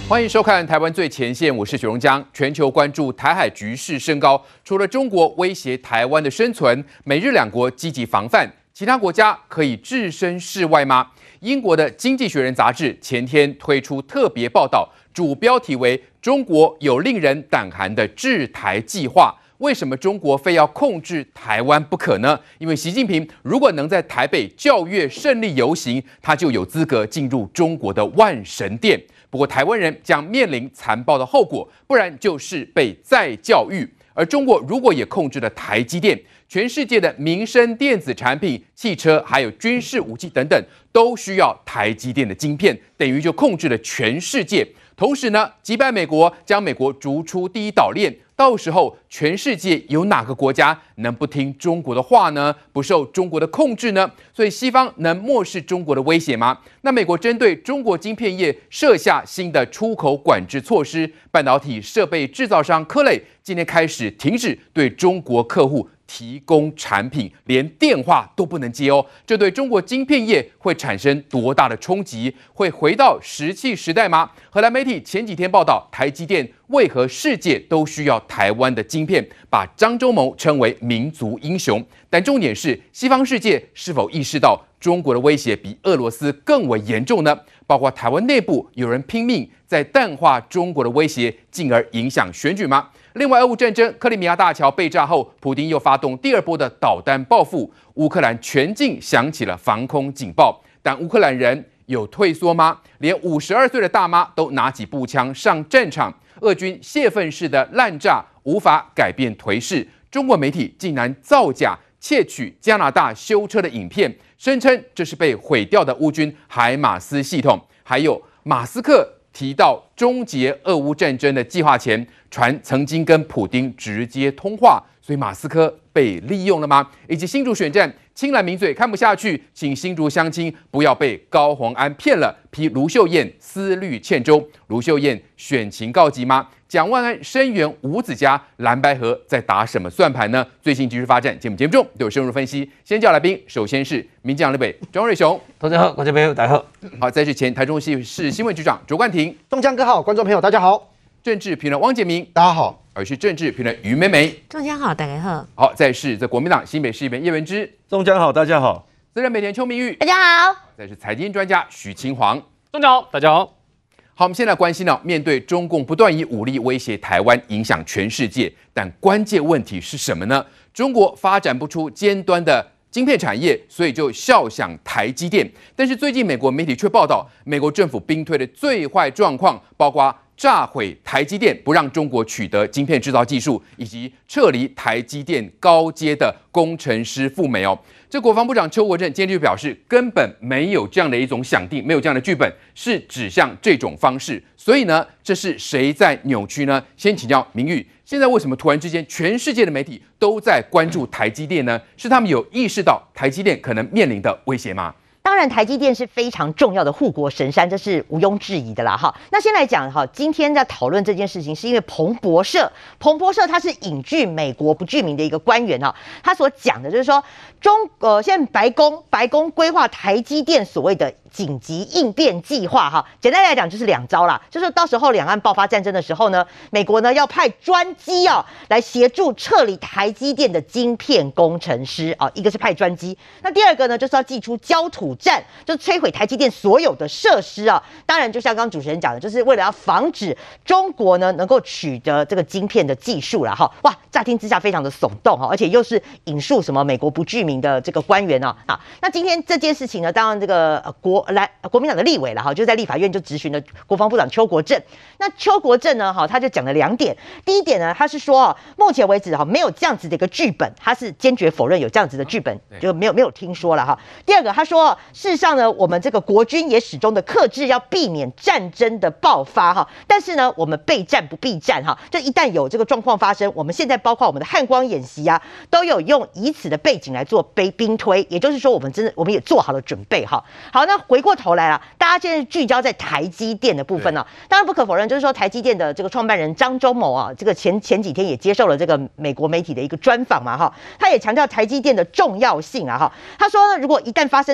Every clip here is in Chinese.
欢迎收看《台湾最前线》，我是许荣江。全球关注台海局势升高，除了中国威胁台湾的生存，美日两国积极防范，其他国家可以置身事外吗？英国的《经济学人》杂志前天推出特别报道，主标题为“中国有令人胆寒的制台计划”。为什么中国非要控制台湾不可呢？因为习近平如果能在台北教阅胜利游行，他就有资格进入中国的万神殿。不过台湾人将面临残暴的后果，不然就是被再教育。而中国如果也控制了台积电，全世界的民生电子产品、汽车还有军事武器等等，都需要台积电的晶片，等于就控制了全世界。同时呢，击败美国，将美国逐出第一岛链。到时候，全世界有哪个国家能不听中国的话呢？不受中国的控制呢？所以西方能漠视中国的威胁吗？那美国针对中国晶片业设下新的出口管制措施，半导体设备制造商科磊今天开始停止对中国客户提供产品，连电话都不能接哦。这对中国晶片业会产生多大的冲击？会回到石器时代吗？荷兰媒体前几天报道，台积电为何世界都需要台湾的晶片，把张忠谋称为民族英雄。但重点是，西方世界是否意识到中国的威胁比俄罗斯更为严重呢？包括台湾内部有人拼命在淡化中国的威胁，进而影响选举吗？另外，俄乌战争，克里米亚大桥被炸后，普丁又发动第二波的导弹报复，乌克兰全境响起了防空警报。但乌克兰人有退缩吗？连52岁的大妈都拿起步枪上战场，俄军泄愤式的滥炸无法改变颓势。中国媒体竟然造假窃取加拿大修车的影片，声称这是被毁掉的乌军海马斯系统。还有马斯克提到终结俄乌战争的计划前，传曾经跟普丁直接通话，所以马斯克被利用了吗？以及新竹选战，青蓝名嘴看不下去，请新竹乡亲不要被高虹安骗了，批卢秀燕思虑欠周。卢秀燕选情告急吗？蒋万安声援吴子嘉，蓝白合在打什么算盘呢？最新局势发展，节目中都有深入分析。先叫来宾，首先是民进党立委庄瑞雄， 大家好，观众朋友大家好。 好，再是前台中市新闻局长卓冠廷， 中江哥好，观众朋友大家好。 政治评论汪杰明， 大家好。 而是政治评论于美美， 中江好，大家好。 好，再是国民党新北市议员叶文之， 中江好，大家好。 资深媒体人邱明玉， 大家好。 再是财经专家许清煌， 中江好，大家好。 好，我们现在关心面对中共不断以武力威胁台湾，影响全世界，但关键问题是什么呢？中国发展不出尖端的晶片产业，所以就效想台积电。但是最近美国媒体却报道，美国政府兵推的最坏状况，包括炸毁台积电，不让中国取得晶片制造技术，以及撤离台积电高阶的工程师赴美哦。这国防部长邱国正今天就表示，根本没有这样的一种想定，没有这样的剧本，是指向这种方式。所以呢，这是谁在扭曲呢？先请教明玉，现在为什么突然之间全世界的媒体都在关注台积电呢？是他们有意识到台积电可能面临的威胁吗？ 当然，台积电是非常重要的护国神山，这是毋庸置疑的啦。哈，那先来讲哈，今天在讨论这件事情，是因为彭博社它是引据美国不具名的一个官员哈，他所讲的就是说，现在白宫规划台积电所谓的紧急应变计划哈，简单来讲就是2招啦，就是到时候两岸爆发战争的时候呢，美国呢要派专机来协助撤离台积电的晶片工程师啊，一个是派专机，那第二个呢就是要祭出焦土战，就摧毁台积电所有的设施啊。当然，就像刚刚主持人讲的，就是为了要防止中国呢能够取得这个晶片的技术啦哈。哇，乍听之下非常的耸动哈，而且又是引述什么美国不具名的这个官员啊。那今天这件事情呢，当然这个国民党的立委了哈，就在立法院就质询了国防部长邱国正。那邱国正呢，他就讲了2点。第一点呢，他是说目前为止没有这样子的一个剧本，他是坚决否认有这样子的剧本，就没有听说了哈。第二个，他说事实上呢，我们这个国军也始终的克制，要避免战争的爆发哈。但是呢，我们备战不避战哈，就一旦有这个状况发生，我们现在包括我们的汉光演习啊，都有用以此的背景来做兵推，也就是说，我们也做好了准备哈。好，那回过头来了，大家现在聚焦在台积电的部分呢，当然不可否认，就是说台积电的这个创办人张忠谋啊，这个前几天也接受了这个美国媒体的一个专访嘛哈，他也强调台积电的重要性啊哈。他说呢，如果一旦发生战争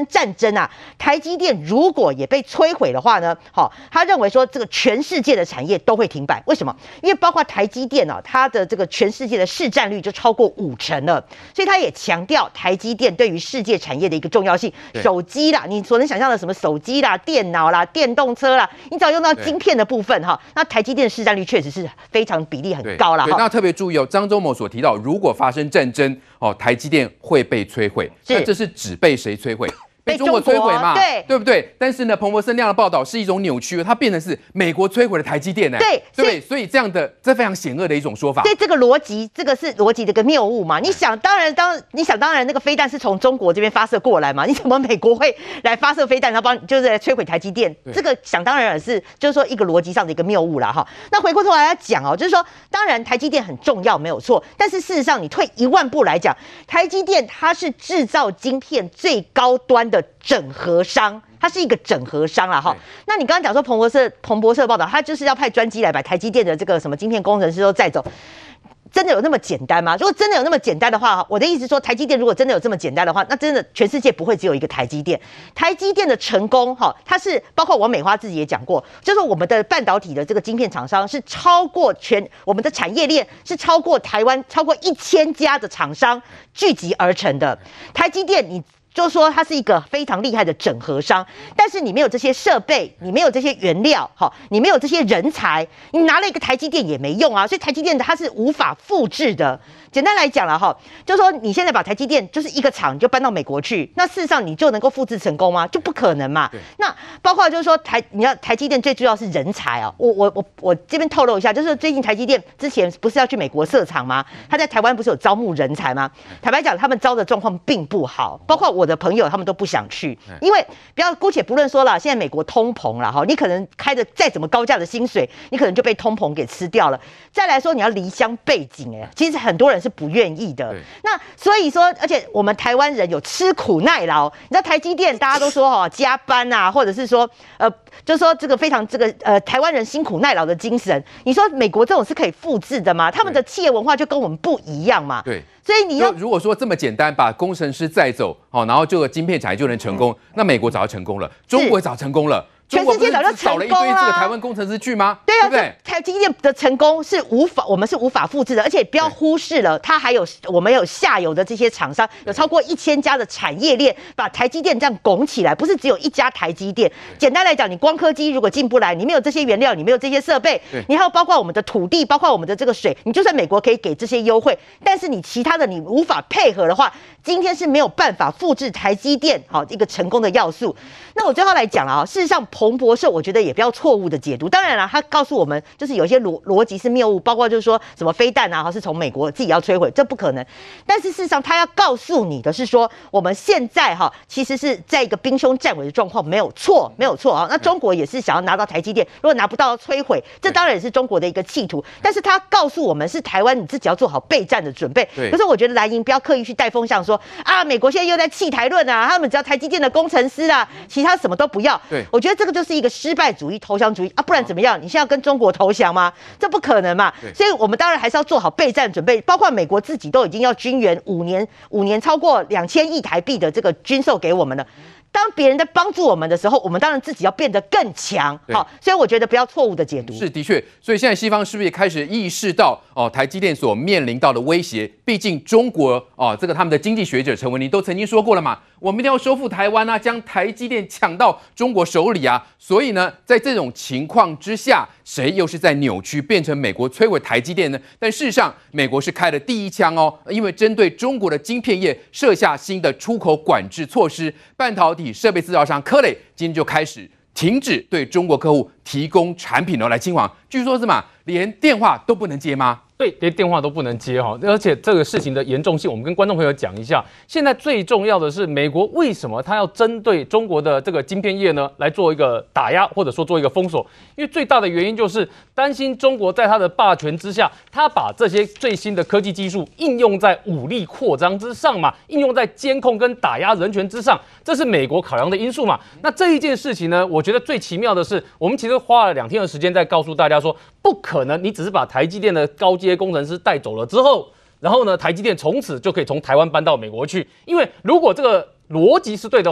争啊，台积电如果也被摧毁的话呢，他认为说这个全世界的产业都会停摆。为什么？因为包括台积电它的这个全世界的市占率就超过50%了，所以他也强调台积电对于世界产业的一个重要性。手机啦，你所能想象的什么手机啦、电脑啦、电动车啦，你只要用到晶片的部分那台积电的市占率确实是非常比例很高啦。 那特别注意张忠谋所提到，如果发生战争台积电会被摧毁，那这是只被谁摧毁？被中国摧毁嘛，对不对？但是呢，彭博社那样的报道是一种扭曲，它变成是美国摧毁了台积电，对，所以这非常险恶的一种说法。 对，这个逻辑，这个是逻辑的一个谬误嘛？你想当然，那个飞弹是从中国这边发射过来嘛？你怎么美国会来发射飞弹，然后就是来摧毁台积电？这个想当然是就是说一个逻辑上的一个谬误啦哈。那回过头来讲就是说，当然台积电很重要没有错，但是事实上你退1万步来讲，台积电它是制造晶片最高端的整合商，它是一个整合商啦哈。那你刚刚讲说彭博社报道，他就是要派专机来把台积电的这个什么晶片工程师都载走，真的有那么简单吗？如果真的有那么简单的话，我的意思说，台积电如果真的有这么简单的话，那真的全世界不会只有一个台积电。台积电的成功它是包括王美花自己也讲过，就是我们的半导体的这个晶片厂商是超过我们的产业链是超过台湾超过1000家的厂商聚集而成的。台积电你就说它是一个非常厉害的整合商，但是你没有这些设备，你没有这些原料，你没有这些人才，你拿了一个台积电也没用啊。所以台积电它是无法复制的。简单来讲了就是说你现在把台积电就是一个厂你就搬到美国去，那事实上你就能够复制成功吗？就不可能嘛。那包括就是说你要台积电最重要是人才我这边透露一下，就是最近台积电之前不是要去美国设厂吗？他在台湾不是有招募人才吗？坦白讲，他们招的状况并不好，包括我的朋友他们都不想去，因为姑且不论说了，现在美国通膨了你可能开的再怎么高价的薪水，你可能就被通膨给吃掉了。再来说你要离乡背井其实很多人是不愿意的。那所以说，而且我们台湾人有吃苦耐劳，你知道台积电大家都说加班啊，或者是说就是说这个非常台湾人辛苦耐劳的精神，你说美国这种是可以复制的吗？他们的企业文化就跟我们不一样嘛。 对。 所以如果说这么简单，把工程师载走然后这个晶片产业就能成功，那美国早就成功了，中国早成功了。 全世界早就成功了， 少了一堆这个台湾工程师去吗？ 对啊， 对不对？ 台积电的成功是我们是无法复制的，而且不要忽视了，它还有我们有下游的这些厂商，有超过1000家的产业链，把台积电这样拱起来，不是只有一家台积电。简单来讲，你光刻机如果进不来，你没有这些原料，你没有这些设备，你还有包括我们的土地，包括我们的这个水，你就算美国可以给这些优惠，但是你其他的你无法配合的话，今天是没有办法复制台积电一个成功的要素。那我最后来讲了事实上彭博社我觉得也不要错误的解读，当然了，他告诉我们就是有些逻辑是谬误，包括就是说什么飞弹是从美国自己要摧毁，这不可能。但是事实上他要告诉你的是说，我们现在其实是在一个兵凶战危的状况，没有错那中国也是想要拿到台积电，如果拿不到要摧毁，这当然也是中国的一个企图。但是他告诉我们是台湾你自己要做好备战的准备。可是我觉得蓝营不要刻意去带风向说美国现在又在弃台论他们只要台积电的工程师其他什么都不要。我觉得这个就是一个失败主义、投降主义不然怎么样？你现在要跟中国投降吗？这不可能嘛！所以我们当然还是要做好备战准备，包括美国自己都已经要军援5年超过2000亿台币的这个军售给我们了。当别人在帮助我们的时候，我们当然自己要变得更强。所以我觉得不要错误的解读。 是的确，所以现在西方是不是也开始意识到台积电所面临到的威胁？毕竟中国这个他们的经济学者陈文林都曾经说过了嘛，我们一定要收复台湾将台积电抢到中国手里所以呢，在这种情况之下，谁又是在扭曲变成美国摧毁台积电呢？但事实上，美国是开了第一枪因为针对中国的晶片业设下新的出口管制措施，半导体设备制造商科磊今天就开始停止对中国客户提供产品来清黄，据说是连电话都不能接吗？ 对，连电话都不能接而且这个事情的严重性，我们跟观众朋友讲一下。现在最重要的是，美国为什么他要针对中国的这个晶片业呢，来做一个打压，或者说做一个封锁？因为最大的原因就是担心中国在他的霸权之下，他把这些最新的科技技术应用在武力扩张之上嘛，应用在监控跟打压人权之上，这是美国考量的因素嘛。那这一件事情呢，我觉得最奇妙的是，我们其实花了2天的时间在告诉大家说，不可能，你只是把台积电的高阶工程师带走了之后，然后呢，台积电从此就可以从台湾搬到美国去。因为如果这个逻辑是对的话，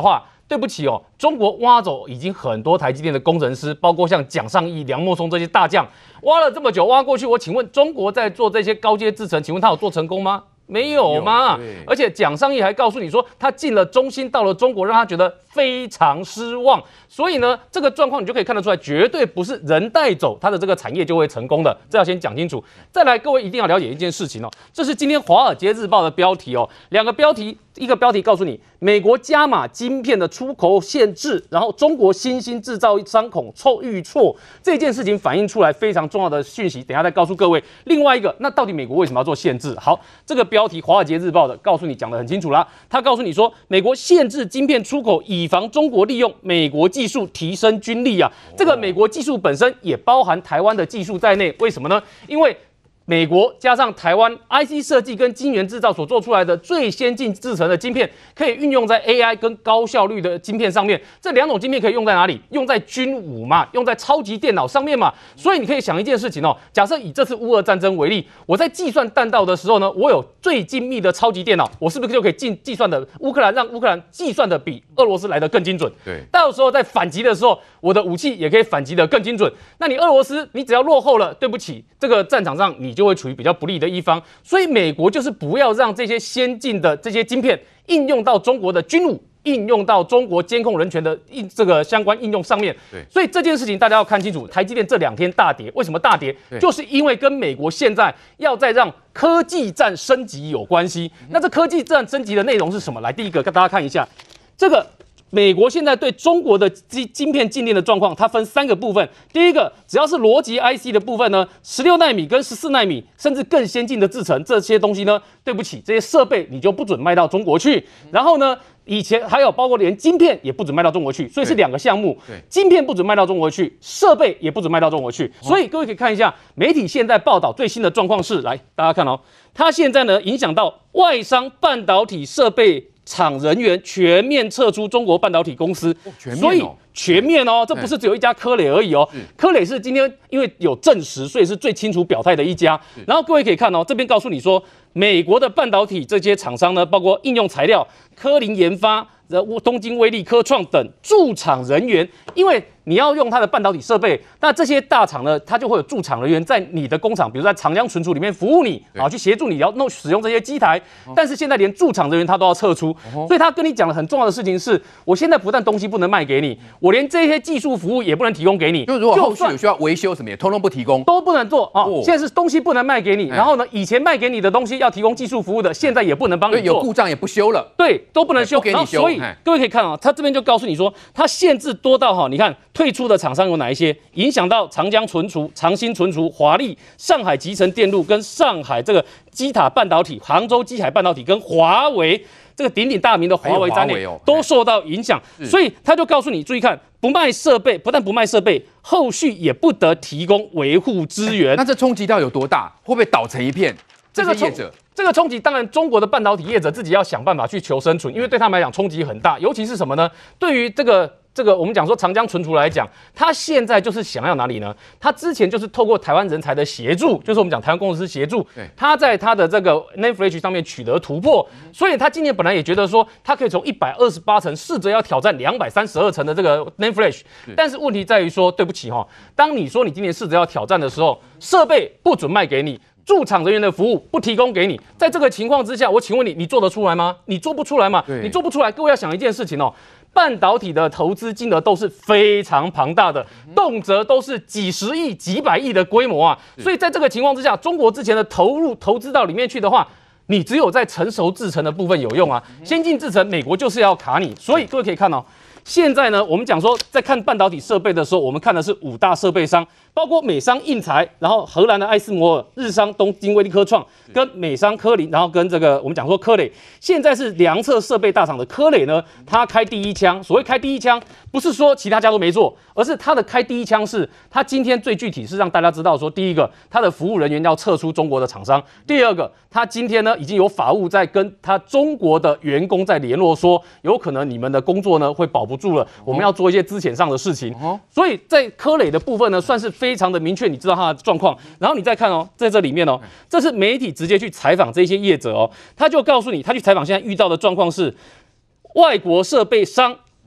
对不起哦，中国挖走已经很多台积电的工程师，包括像蒋尚义、梁孟松这些大将，挖了这么久，挖过去，我请问中国在做这些高阶制程，请问他有做成功吗？没有嘛，而且蒋尚义还告诉你说，他进了中芯，到了中国，让他觉得非常失望。所以呢，这个状况你就可以看得出来，绝对不是人带走他的这个产业就会成功的，这要先讲清楚。再来，各位一定要了解一件事情哦，这是今天《华尔街日报》的标题哦，两个标题，一个标题告诉你美国加码晶片的出口限制，然后中国新兴制造商恐遇挫，这件事情反映出来非常重要的讯息，等一下再告诉各位。另外一个，那到底美国为什么要做限制？好，这个标题《华尔街日报》的告诉你讲得很清楚啦，他告诉你说，美国限制晶片出口，以防中国利用美国技术提升军力啊。这个美国技术本身也包含台湾的技术在内，为什么呢？因为美国加上台湾 IC 设计跟晶圆制造所做出来的最先进制程的晶片，可以运用在 AI 跟高效率的晶片上面。这两种晶片可以用在哪里？用在军武嘛，用在超级电脑上面嘛。所以你可以想一件事情哦，假设以这次乌俄战争为例，我在计算弹道的时候呢，我有最精密的超级电脑，我是不是就可以计算的让乌克兰计算的比俄罗斯来得更精准？ 对， 到时候在反击的时候，我的武器也可以反击得更精准。那你俄罗斯，你只要落后了，对不起，这个战场上你就会处于比较不利的一方。所以美国就是不要让这些先进的这些晶片应用到中国的军武，应用到中国监控人权的这个相关应用上面。 对， 所以这件事情大家要看清楚。台积电这2天大跌，为什么大跌？就是因为跟美国现在要再让科技战升级有关系。那这科技战升级的内容是什么？来，第一个跟大家看一下这个。美国现在对中国的晶片禁令的状况，它分3个部分。第一个，只要是逻辑 IC 的部分呢，16奈米跟14奈米，甚至更先进的制程，这些东西呢，对不起，这些设备你就不准卖到中国去。然后呢，以前还有包括连晶片也不准卖到中国去，所以是2个项目。晶片不准卖到中国去，设备也不准卖到中国去。所以各位可以看一下媒体现在报道最新的状况是，来大家看哦，它现在呢影响到外商半导体设备厂人员全面撤出中国半导体公司，所以全面哦，这不是只有一家科磊而已哦。科磊是今天因为有证实，所以是最清楚表态的一家。然后各位可以看哦，这边告诉你说，美国的半导体这些厂商呢，包括应用材料、科林研发、东京威力科创等驻厂人员，因为你要用它的半导体设备，那这些大厂呢，它就会有驻厂人员在你的工厂，比如在长江存储里面服务你，去协助你要使用这些机台。但是现在连驻厂人员他都要撤出，所以他跟你讲了很重要的事情是，我现在不但东西不能卖给你，我连这些技术服务也不能提供给你。 就如果后续有需要维修什么也通通不提供， 都不能做啊。现在是东西不能卖给你，然后呢，以前卖给你的东西要提供技术服务的，现在也不能帮你做， 有故障也不修了， 对，都不能修， 不给你修。 所以各位可以看啊，他这边就告诉你说，他限制多到你看退出的厂商有哪一些？影响到长江存储、长兴存储、华力、上海集成电路跟上海这个基塔半导体、杭州基海半导体跟华为这个鼎鼎大名的华为在内，都受到影响。所以他就告诉你，注意看，不卖设备，不但不卖设备，后续也不得提供维护资源。 那这冲击到有多大？会不会倒成一片？这些业者。 这个冲击当然，中国的半导体业者自己要想办法去求生存，因为对他们来讲冲击很大。尤其是什么呢？对于这个我们讲说长江存储来讲，他现在就是想要哪里呢？他之前就是透过台湾人才的协助，就是我们讲台湾工程师协助，他在他的这个 NAND Flash 上面取得突破，所以他今年本来也觉得说，他可以从128层试着要挑战232层的这个 NAND Flash， 但是问题在于说，对不起当你说你今年试着要挑战的时候，设备不准卖给你。驻场人员的服务不提供给你，在这个情况之下，我请问你，你做得出来吗？你做不出来嘛？你做不出来，各位要想一件事情半导体的投资金额都是非常庞大的，动辄都是几十亿、几百亿的规模啊。所以在这个情况之下，中国之前的投资到里面去的话，你只有在成熟制程的部分有用啊，先进制程美国就是要卡你。所以各位可以看现在呢，我们讲说在看半导体设备的时候，我们看的是5大设备商，包括美商印材，然后荷兰的艾斯摩尔、日商东京威力科创，跟美商科林，然后跟这个我们讲说科磊，现在是量测设备大厂的科磊呢，他开第一枪。所谓开第一枪，不是说其他家都没做，而是他的开第一枪是他今天最具体是让大家知道说，第一个，他的服务人员要撤出中国的厂商；第二个，他今天呢已经有法务在跟他中国的员工在联络说，有可能你们的工作呢会保不住了，我们要做一些资遣上的事情。所以在科磊的部分呢，算是非常的明确，你知道他的状况。然后你再看在这里面这是媒体直接去采访这些业者他就告诉你，他去采访现在遇到的状况是，外国设备商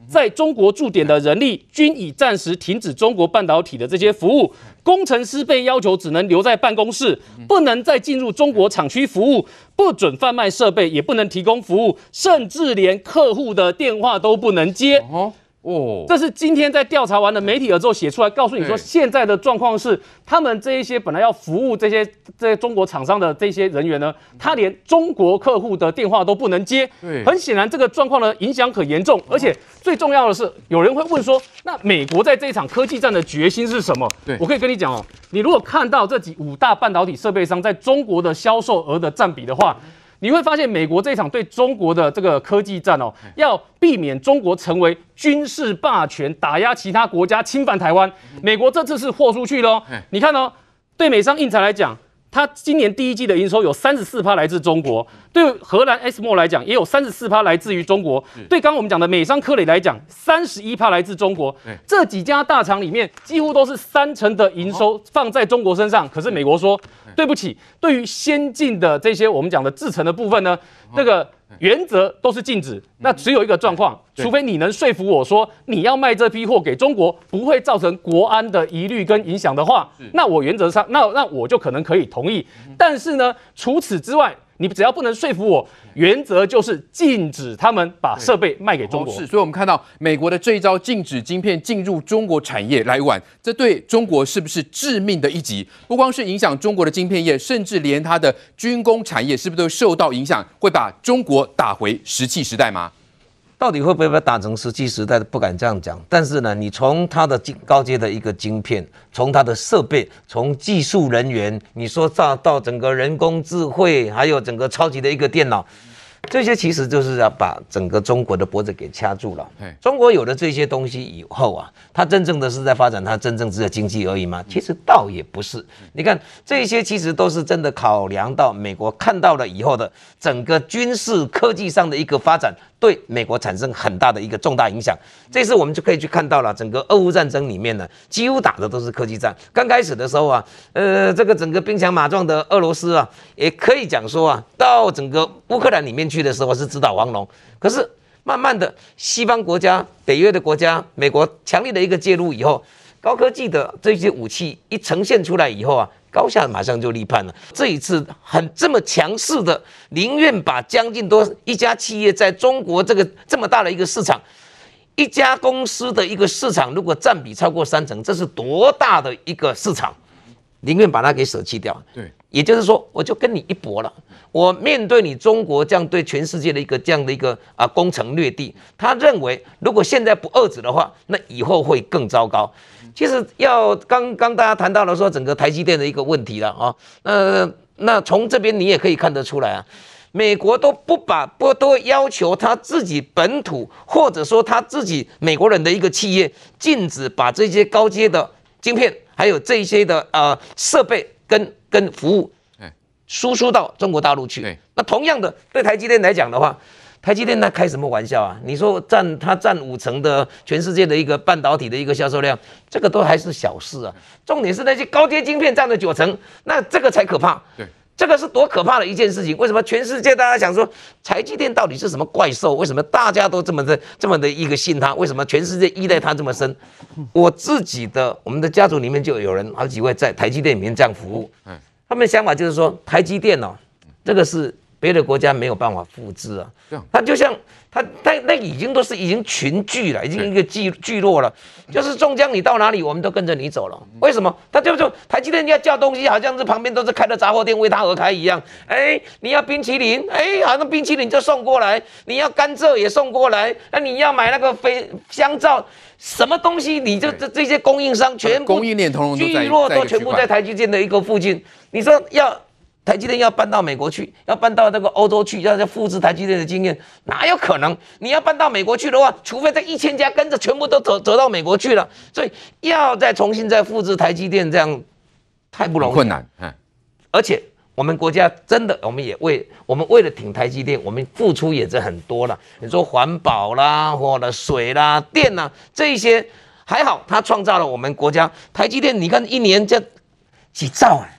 在中国驻点的人力均已暂时停止中国半导体的这些服务，工程师被要求只能留在办公室，不能再进入中国厂区服务，不准贩卖设备，也不能提供服务，甚至连客户的电话都不能接。这是今天在调查完了媒体了之后写出来，告诉你说现在的状况是，他们这一些本来要服务这些中国厂商的这些人员呢，他连中国客户的电话都不能接。很显然这个状况呢影响很严重，而且最重要的是，有人会问说，那美国在这一场科技战的决心是什么？我可以跟你讲哦，你如果看到这5大半导体设备商在中国的销售额的占比的话，你会发现，美国这一场对中国的这个科技战哦，要避免中国成为军事霸权，打压其他国家，侵犯台湾。美国这次是豁出去了哦。你看哦，对美商印材来讲，它今年第一季的营收有34%来自中国；对荷兰 ASML 来讲，也有34%来自于中国；对刚刚我们讲的美商科磊来讲，31%来自中国。这几家大厂里面，几乎都是30%的营收放在中国身上。可是美国说，对不起，对于先进的这些我们讲的制程的部分呢，这个原则都是禁止。那只有一个状况，除非你能说服我说你要卖这批货给中国不会造成国安的疑虑跟影响的话，那我原则上那我就可能可以同意。但是呢，除此之外，你只要不能说服我，原则就是禁止他们把设备卖给中国。 所以我们看到美国的这一招禁止晶片进入中国产业来玩，这对中国是不是致命的一击？不光是影响中国的晶片业，甚至连它的军工产业是不是都受到影响？会把中国打回石器时代吗？ 到底会不会被打成石器时代的不敢这样讲，但是呢，你从它的高阶的一个晶片，从它的设备，从技术人员，你说到整个人工智慧，还有整个超级的一个电脑，这些其实就是要把整个中国的脖子给掐住了。中国有了这些东西以后啊，它真正的是在发展它真正的经济而已吗？其实倒也不是。你看这些其实都是真的考量到美国看到了以后的整个军事科技上的一个发展，对美国产生很大的一个重大影响。这次我们就可以去看到了，整个俄乌战争里面呢，几乎打的都是科技战。刚开始的时候啊，这个整个兵强马壮的俄罗斯啊，也可以讲说啊，到整个乌克兰里面去的时候是直捣黄龙。可是慢慢的，西方国家、北约的国家、美国强力的一个介入以后，高科技的这些武器一呈现出来以后啊，高下马上就立判了。这一次这么强势的，宁愿把将近多一家企业在中国这么大的一个市场，一家公司的一个市场如果占比超过30%，这是多大的一个市场？宁愿把它给舍弃掉。也就是说，我就跟你一搏了。我面对你中国这样对全世界的这样的一个攻城略地，他认为如果现在不遏制的话，那以后会更糟糕。其实刚大家谈到了说整个台积电的一个问题了啊，那从这边你也可以看得出来啊，美国都都要求他自己本土或者说他自己美国人的一个企业禁止把这些高阶的晶片还有这些的设备跟服务输出到中国大陆去。那同样的对台积电来讲的话，台积电那开什么玩笑啊？你说它占50%的全世界的一个半导体的一个销售量，这个都还是小事啊。重点是那些高阶晶片占了90%，那这个才可怕。这个是多可怕的一件事情！为什么全世界大家想说台积电到底是什么怪兽？为什么大家都这么的一个信它？为什么全世界依赖它这么深？我们的家族里面就有人好几位在台积电里面这样服务，他们的想法就是说台积电哦，这个是别的国家没有办法复制啊。它就像它那已经群聚了，已经一个聚落了。就是中江你到哪里，我们都跟着你走了。为什么？它就台积电要叫东西，好像是旁边都是开的杂货店为它而开一样。你要冰淇淋，好像冰淇淋就送过来；你要甘蔗也送过来。那你要买那个香皂，什么东西你就这些供应商全部供应链通聚落都全部在台积电的一个附近。你说台积电要搬到美国去，要搬到那个欧洲去，要复制台积电的经验，哪有可能？你要搬到美国去的话，除非这1000家跟着全部都走到美国去了，所以要再重新再复制台积电，这样太不容易， 困难。 而且我们国家真的，我们为了挺台积电，我们付出也是很多了。你说环保啦，或者水啦、电啦，这一些还好，它创造了我们国家台积电。你看一年这几兆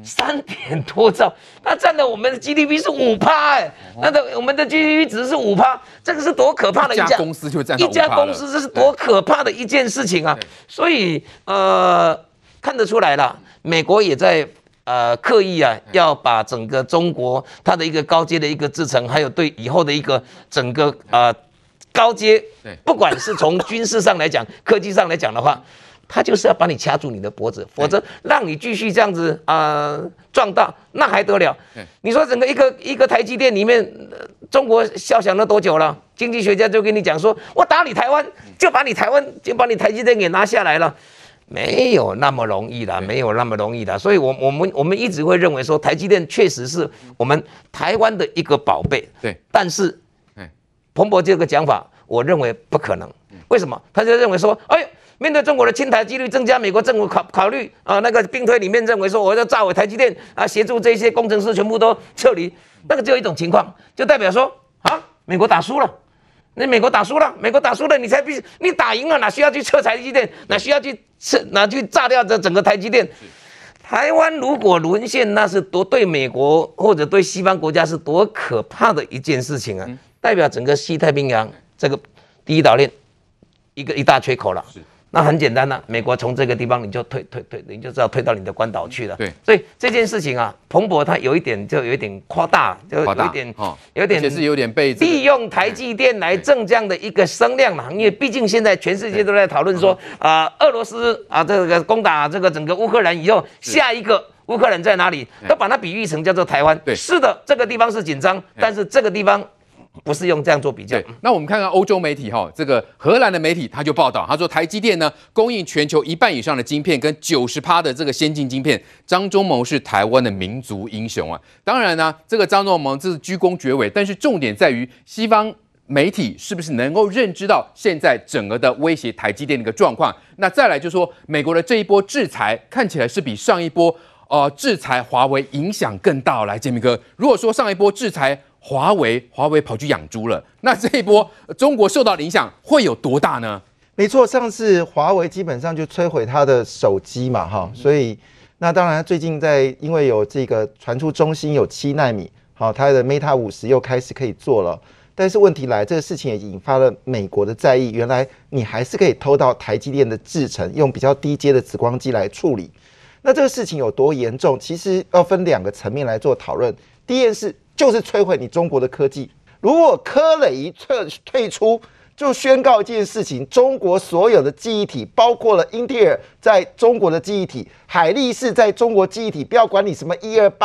3点多兆，它占了我们的 GDP 是5%，我们的 GDP 值是5%，这个是多可怕的一家公司就占到5%了， 一家公司这是多可怕的一件事情啊！所以看得出来了，美国也在刻意要把整个中国它的一个高阶的一个制程，还有对以后的一个整个高阶，不管是从军事上来讲、科技上来讲的话，他就是要把你掐住你的脖子，否则让你继续这样子壮大，那还得了？你说整个一个台积电里面，中国肖想了多久了？经济学家就跟你讲说，我打你台湾，就把你台积电给拿下来了。没有那么容易的，没有那么容易的，所以我们一直会认为说，台积电确实是我们台湾的一个宝贝。 对， 但是彭博这个讲法，我认为不可能。为什么？他就认为说，哎呦，面对中国的侵台几率增加，美国政府考虑那个兵推里面认为说，我要炸毁台积电协助这些工程师全部都撤离。那个只有一种情况，就代表说美国打输了。那美国打输了，你才必须你打赢了，哪需要去撤台积电？哪需要去炸掉这整个台积电？台湾如果沦陷，那是多对美国或者对西方国家是多可怕的一件事情啊！代表整个西太平洋这个第一岛链一大缺口了。那很简单了，美国从这个地方你就你就知道推到你的关岛去了。 对， 所以这件事情彭博他有一点夸大，就有点而且是有点被利用台积电来挣这样的一个声量嘛。因为毕竟现在全世界都在讨论说，俄罗斯这个攻打这个整个乌克兰以后，下一个乌克兰在哪里？都把它比喻成叫做台湾。 对， 是的，这个地方是紧张，但是这个地方不是用这样做比较。 那我们看看欧洲媒体这个荷兰的媒体他就报道，他说台积电呢供应全球1半以上的晶片跟90%的这个先进晶片，张忠谋是台湾的民族英雄啊。当然呢，这个张忠谋这是居功厥伟，但是重点在于西方媒体是不是能够认知到现在整个的威胁台积电的一个状况。那再来就是说，美国的这一波制裁看起来是比上一波制裁华为影响更大。来，建明哥，如果说上一波制裁华为跑去养猪了，那这一波中国受到的影响会有多大呢？ 没错，上次华为基本上就摧毁它的手机嘛，所以那当然最近因为有这个传出中芯有7奈米，它的 Mate 50又开始可以做了，但是问题来，这个事情也引发了美国的在意，原来你还是可以偷到台积电的制程，用比较低阶的紫光机来处理。那这个事情有多严重？其实要分2个层面来做讨论。第一件事就是摧毁你中国的科技。如果柯磊一退出，就宣告一件事情：中国所有的记忆体，包括了英特尔在中国的记忆体，海力士在中国记忆体，不要管你什么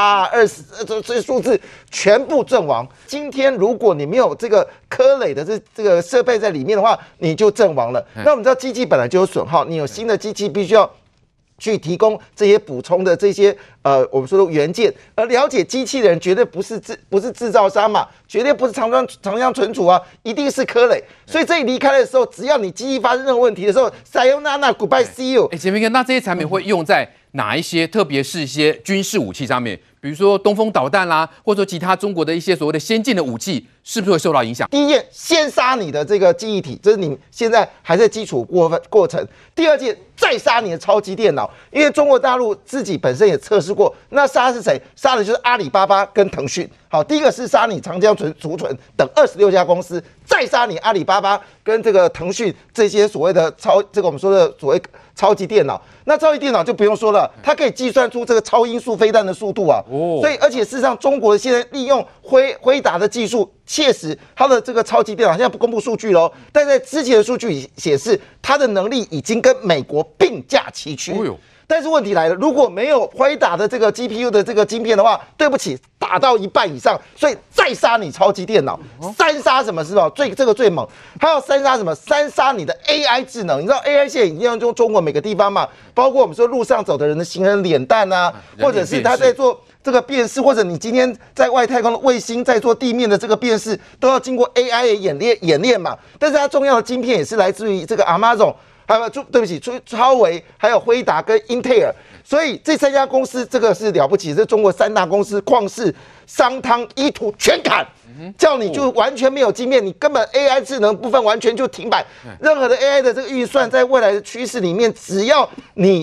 128、20这些数字，全部阵亡。今天如果你没有这个柯磊的这个设备在里面的话，你就阵亡了。那我们知道机器本来就有损耗，你有新的机器必须要去提供这些补充的这些我们说的元件，而了解机器的人绝对不是制造商嘛，绝对不是长江存储啊，一定是柯磊。所以这里离开的时候，只要你机器发生任何问题的时候 ，Sayonara Goodbye See you。 前面哥，那这些产品会用在哪一些？特别是一些军事武器上面，比如说东风导弹啦，或者说其他中国的一些所谓的先进的武器，是不是会受到影响？ 第一件，先杀你的这个记忆体，这是你现在还在基础过程。第二件，再杀你的超级电脑，因为中国大陆自己本身也测试过，那杀是谁？杀的就是阿里巴巴跟腾讯。好，第一个是杀你长江储存等26家公司，再杀你阿里巴巴跟这个腾讯这些所谓的我们说的所谓超级电脑。那超级电脑就不用说了，它可以计算出这个超音速飞弹的速度啊。所以而且事实上，中国现在利用辉达的技术，切实它的这个超级电脑现在不公布数据喽，但在之前的数据显示，它的能力已经跟美国并驾齐驱。但是问题来了，如果没有辉达的这个 GPU 的这个晶片的话，对不起，打到1半以上，所以再杀你超级电脑，三杀什么是吧？这个最猛，还要三杀什么？三杀你的 AI 智能。你知道 AI 现在已经用中国每个地方嘛，包括我们说路上走的人的行人脸蛋啊，或者是他在做这个辨识，或者你今天在外太空的卫星在做地面的这个辨识，都要经过 AI 的演练嘛。但是它重要的晶片也是来自于这个 Amazon。还有对不起，超微，还有辉达跟英特尔，所以这3家公司这个是了不起，这中国3大公司，旷视、商汤、依图全砍，叫你就完全没有晶片，你根本 AI 智能部分完全就停摆。任何的 AI 的这个预算，在未来的趋势里面，只要你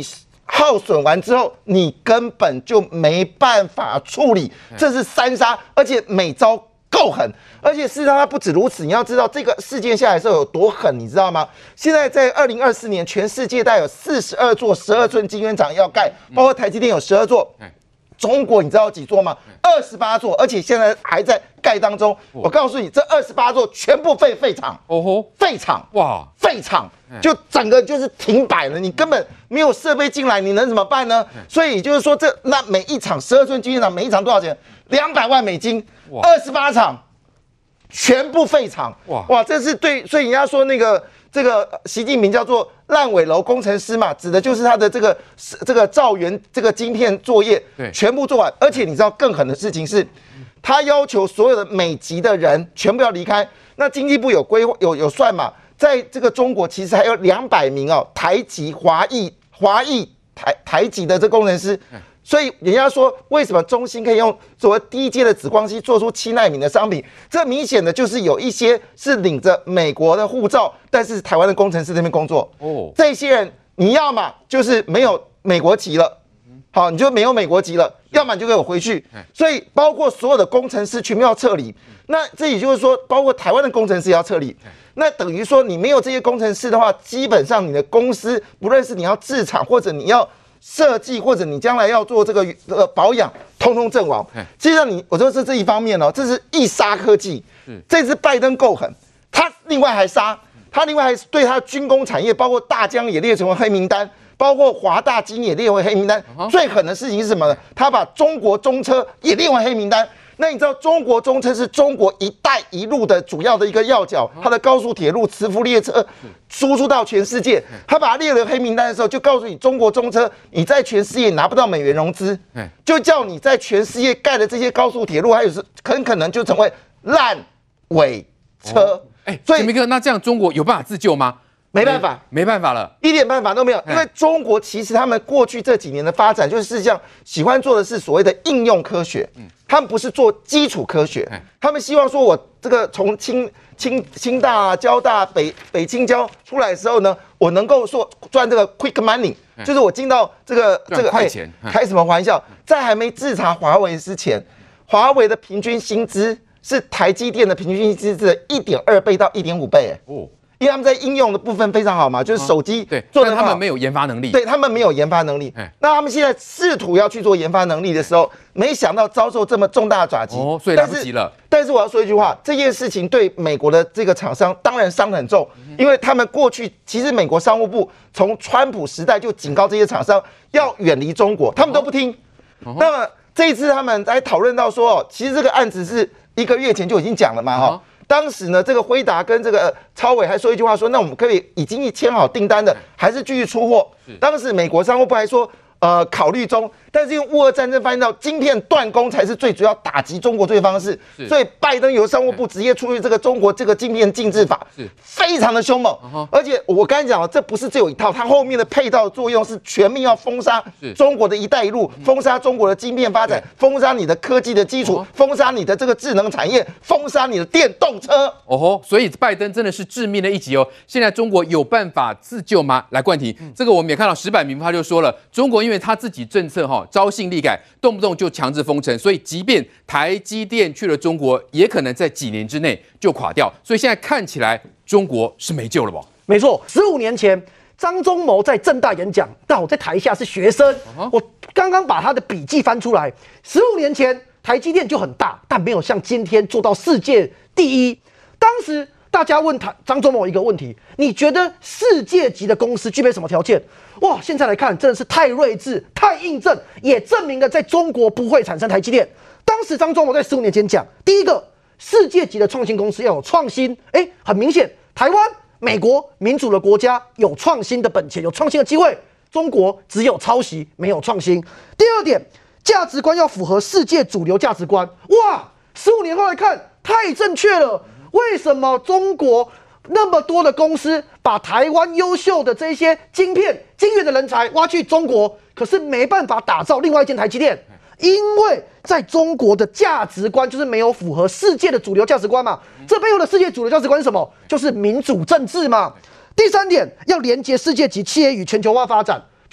耗损完之后，你根本就没办法处理，这是三杀，而且每招够狠。而且事实上，它不止如此。你要知道这个事件下来之后有多狠，你知道吗？现在在2024年，全世界大概有42座12寸晶圆厂要盖，包括台积电有12座。中国你知道有几座吗？28座，而且现在还在盖当中。我告诉你，这28座全部废厂，废厂，哇，废厂，就整个就是停摆了。你根本没有设备进来，你能怎么办呢？所以就是说，那每一场12寸晶圆厂，每一场多少钱？200万美金，28场，全部废厂。哇，这是对，所以人家说这个习近平叫做烂尾楼工程师嘛，指的就是他的这个造园这个晶片作业全部做完，而且你知道更狠的事情是，他要求所有的美籍的人全部要离开。那经济部有算嘛，在这个中国其实还有200名台籍华裔台籍的这工程师。所以人家说，为什么中芯可以用所谓低阶的紫光烯做出7奈米的商品？这明显的就是有一些是领着美国的护照，但是台湾的工程师这边工作。这些人你要么就是没有美国籍了，好，你就没有美国籍了，要么你就给我回去。所以包括所有的工程师全部要撤离。那这也就是说，包括台湾的工程师也要撤离。那等于说，你没有这些工程师的话，基本上你的公司，不论是你要自产或者你要设计，或者你将来要做这个保养，通通阵亡。其实我说是这一方面这是一杀科技。这次拜登够狠，他另外还杀，他另外还对他军工产业，包括大疆也列成为黑名单，包括华大基也列为黑名单。最狠的事情是什么呢？他把中国中车也列为黑名单。那你知道中国中车是中国一带一路的主要的一个要角，它的高速铁路、磁浮列车输出到全世界。他把它列入黑名单的时候，就告诉你中国中车你在全世界拿不到美元融资，就叫你在全世界盖的这些高速铁路，还有很可能就成为烂尾车。 所以明哥，那这样中国有办法自救吗？ 没办法， 没办法了， 一点办法都没有。因为中国其实他们过去这几年的发展，就是这样，喜欢做的是所谓的应用科学，他们不是做基础科学，他们希望说我这个从清大、交大、北清交出来的时候呢，我能够说赚这个 quick money，就是我进到这个快钱。 开什么玩笑？在还没制裁华为之前，华为的平均薪资是台积电的平均薪资的1.2倍到1.5倍。因为他们在应用的部分非常好嘛，就是手机做的他们没有研发能力， 对他们没有研发能力。那他们现在试图要去做研发能力的时候，没想到遭受这么重大的打击， 所以来不及了。 但是我要说一句话，这件事情对美国的这个厂商当然伤得很重，因为他们过去其实美国商务部从川普时代就警告这些厂商要远离中国，他们都不听。那么这一次他们在讨论到说，其实这个案子是1个月前就已经讲了嘛，当时呢，这个辉达跟这个超伟还说一句话说，那我们可以已经签好订单的，还是继续出货。当时美国商务部还说，考虑中，但是因为乌俄战争发现到晶片断供才是最主要打击中国最方式，所以拜登由商务部直接出于这个中国这个晶片禁制法，非常的凶猛。而且我刚才讲了，这不是只有一套，它后面的配套作用是全面要封杀中国的一带一路，封杀中国的晶片发展，封杀你的科技的基础，封杀你的这个智能产业，封杀你的电动车。 所以拜登真的是致命的一击哦。现在中国有办法自救吗？来，冠廷，这个我们也看到石板明他就说了，中国因为他自己政策朝令夕改，动不动就强制封城，所以即便台积电去了中国，也可能在几年之内就垮掉。所以现在看起来中国是没救了吧？ 没错，15年前张忠谋在政大演讲，但我在台下是学生，我刚刚把他的笔记翻出来。15年前台积电就很大，但没有像今天做到世界第一。当时大家问张忠谋一个问题：你觉得世界级的公司具备什么条件？哇，现在来看真的是太睿智、太印证，也证明了在中国不会产生台积电。当时张忠谋在15年前讲，第一个，世界级的创新公司要有创新。很明显，台湾、美国民主的国家有创新的本钱，有创新的机会。中国只有抄袭，没有创新。第二点，价值观要符合世界主流价值观。哇，15年后来看，太正确了。为什么中国那么多的公司把台湾优秀的这些晶圆的人才挖去中国，可是没办法打造另外一间台积电？因为在中国的价值观就是没有符合世界的主流价值观嘛。这背后的世界主流价值观是什么？就是民主政治嘛。第三点，要连接世界级企业与全球化发展。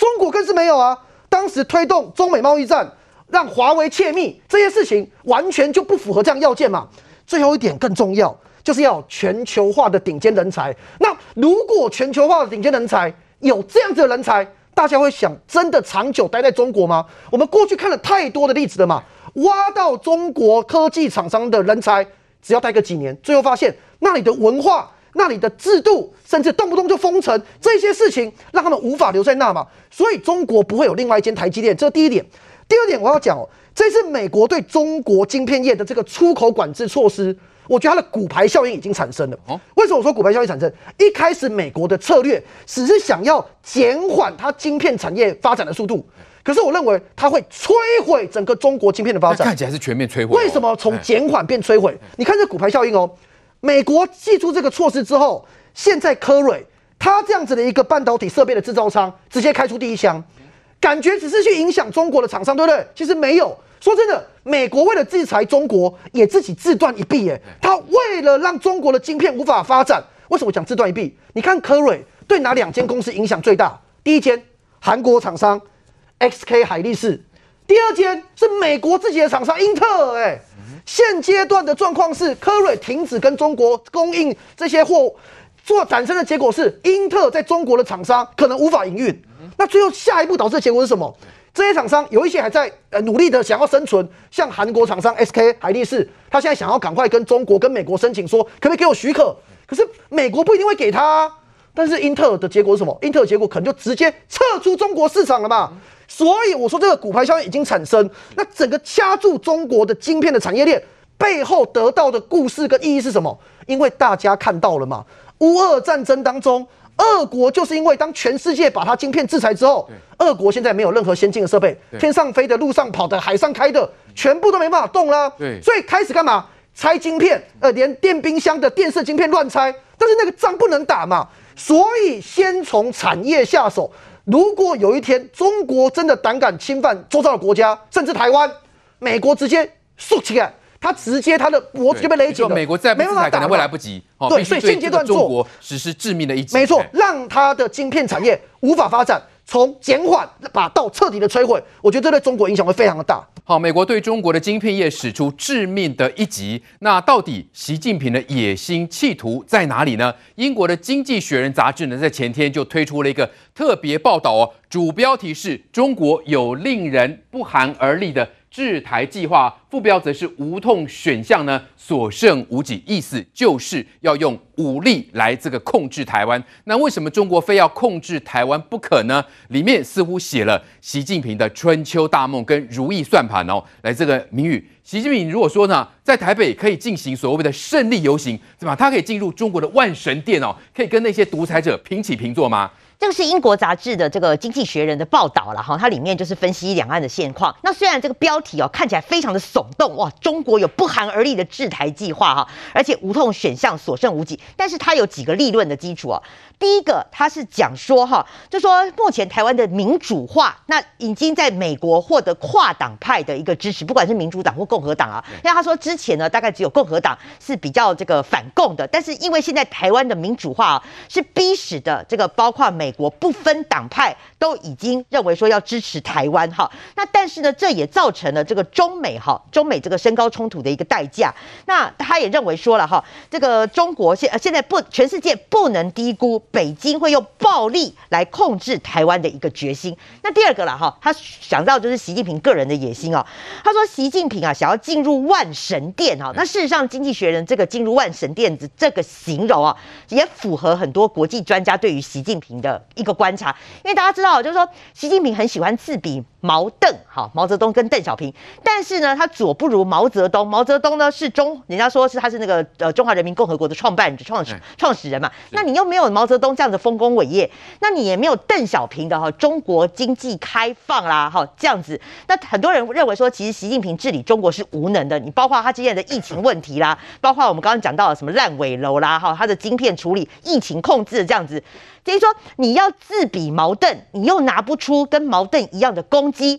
中国更是没有啊。当时推动中美贸易战，让华为窃密这些事情，完全就不符合这样要件嘛。最后一点更重要，就是要有全球化的顶尖人才。那如果全球化的顶尖人才有这样子的人才，大家会想，真的长久待在中国吗？我们过去看了太多的例子了嘛，挖到中国科技厂商的人才，只要待个几年，最后发现那里的文化、那里的制度，甚至动不动就封城，这些事情让他们无法留在那嘛。所以中国不会有另外一间台积电，这是第一点。第二点我要讲哦，这次美国对中国晶片业的这个出口管制措施，我觉得它的骨牌效应已经产生了。为什么我说骨牌效应产生？一开始美国的策略只是想要减缓它晶片产业发展的速度，可是我认为它会摧毁整个中国晶片的发展。 看起来是全面摧毁。 为什么从减缓变摧毁？你看这骨牌效应哦，美国祭出这个措施之后，现在科蕊它这样子的一个半导体设备的制造商直接开出第一枪。感觉只是去影响中国的厂商，对不对？其实没有。说真的，美国为了制裁中国，也自己自断一臂耶。他为了让中国的晶片无法发展，为什么讲自断一臂？你看科蕊对哪2间公司影响最大？第一间韩国厂商 XK 海力士，第二间是美国自己的厂商英特尔。哎，现阶段的状况是科蕊停止跟中国供应这些货，产生的结果是英特尔在中国的厂商可能无法营运。那最后下一步导致的结果是什么？这些厂商有一些还在努力的想要生存，像韩国厂商 SK 海力士，他现在想要赶快跟中国、跟美国申请说，可不可以给我许可？可是美国不一定会给他啊。但是英特尔的结果是什么？英特尔结果可能就直接撤出中国市场了嘛。所以我说这个骨牌效应已经产生，那整个掐住中国的晶片的产业链背后得到的故事跟意义是什么？因为大家看到了嘛，乌俄战争当中。俄国就是因为当全世界把它晶片制裁之后，俄国现在没有任何先进的设备，天上飞的、路上跑的、海上开的，全部都没办法动啦。所以开始干嘛？拆晶片，连电冰箱的电视晶片乱拆，但是那个仗不能打嘛，所以先从产业下手。如果有一天中国真的胆敢侵犯周遭的国家，甚至台湾，美国直接竖起来。他直接他的脖子就被勒紧了， 美国再不制裁可能会来不及。 对，所以现阶段中国实施致命的一击。 没错，让他的晶片产业无法发展，从减缓到彻底的摧毁，我觉得这对中国影响会非常的大。 好，美国对中国的晶片业使出致命的一击，那到底习近平的野心企图在哪里呢？英国的《经济学人》杂志呢，在前天就推出了一个特别报道哦，主标题是中国有令人不寒而栗的制台计划，副标则是无痛选项呢，所剩无几，意思就是要用武力来这个控制台湾。那为什么中国非要控制台湾不可呢？里面似乎写了习近平的春秋大梦跟如意算盘哦。来，这个明宇，习近平如果说呢，在台北可以进行所谓的胜利游行，对吧？他可以进入中国的万神殿哦，可以跟那些独裁者平起平坐吗？ 这个是英国杂志的这个《经济学人》的报道了哈，它里面就是分析两岸的现况。那虽然这个标题看起来非常的耸动，哇，中国有不寒而栗的制台计划哈，而且无痛选项所剩无几，但是它有几个立论的基础哦。第一个，它是讲说哈，就说目前台湾的民主化，那已经在美国获得跨党派的一个支持，不管是民主党或共和党啊。因为他说之前呢，大概只有共和党是比较这个反共的，但是因为现在台湾的民主化是逼使的，这个包括美国不分党派都已经认为说要支持台湾哈。那但是呢，这也造成了这个中美这个升高冲突的一个代价。那他也认为说了哈，这个中国现在全世界不能低估北京会用暴力来控制台湾的一个决心。那第二个啦哈，他想到就是习近平个人的野心哦。他说习近平想要进入万神殿哈。那事实上，《经济学人》这个进入万神殿的这个形容啊，也符合很多国际专家对于习近平的一个观察。因为大家知道，就是说习近平很喜欢自比毛泽东跟邓小平，但是呢，他左不如毛泽东。毛泽东呢是人家说是他是那个中华人民共和国的创始人嘛。那你又没有毛泽东这样的丰功伟业，那你也没有邓小平的中国经济开放啦这样子。那很多人认为说，其实习近平治理中国是无能的。你包括他之前的疫情问题啦，包括我们刚刚讲到的什么烂尾楼啦他的晶片处理、疫情控制这样子。等于说你要自比毛邓，你又拿不出跟毛邓一样的攻击。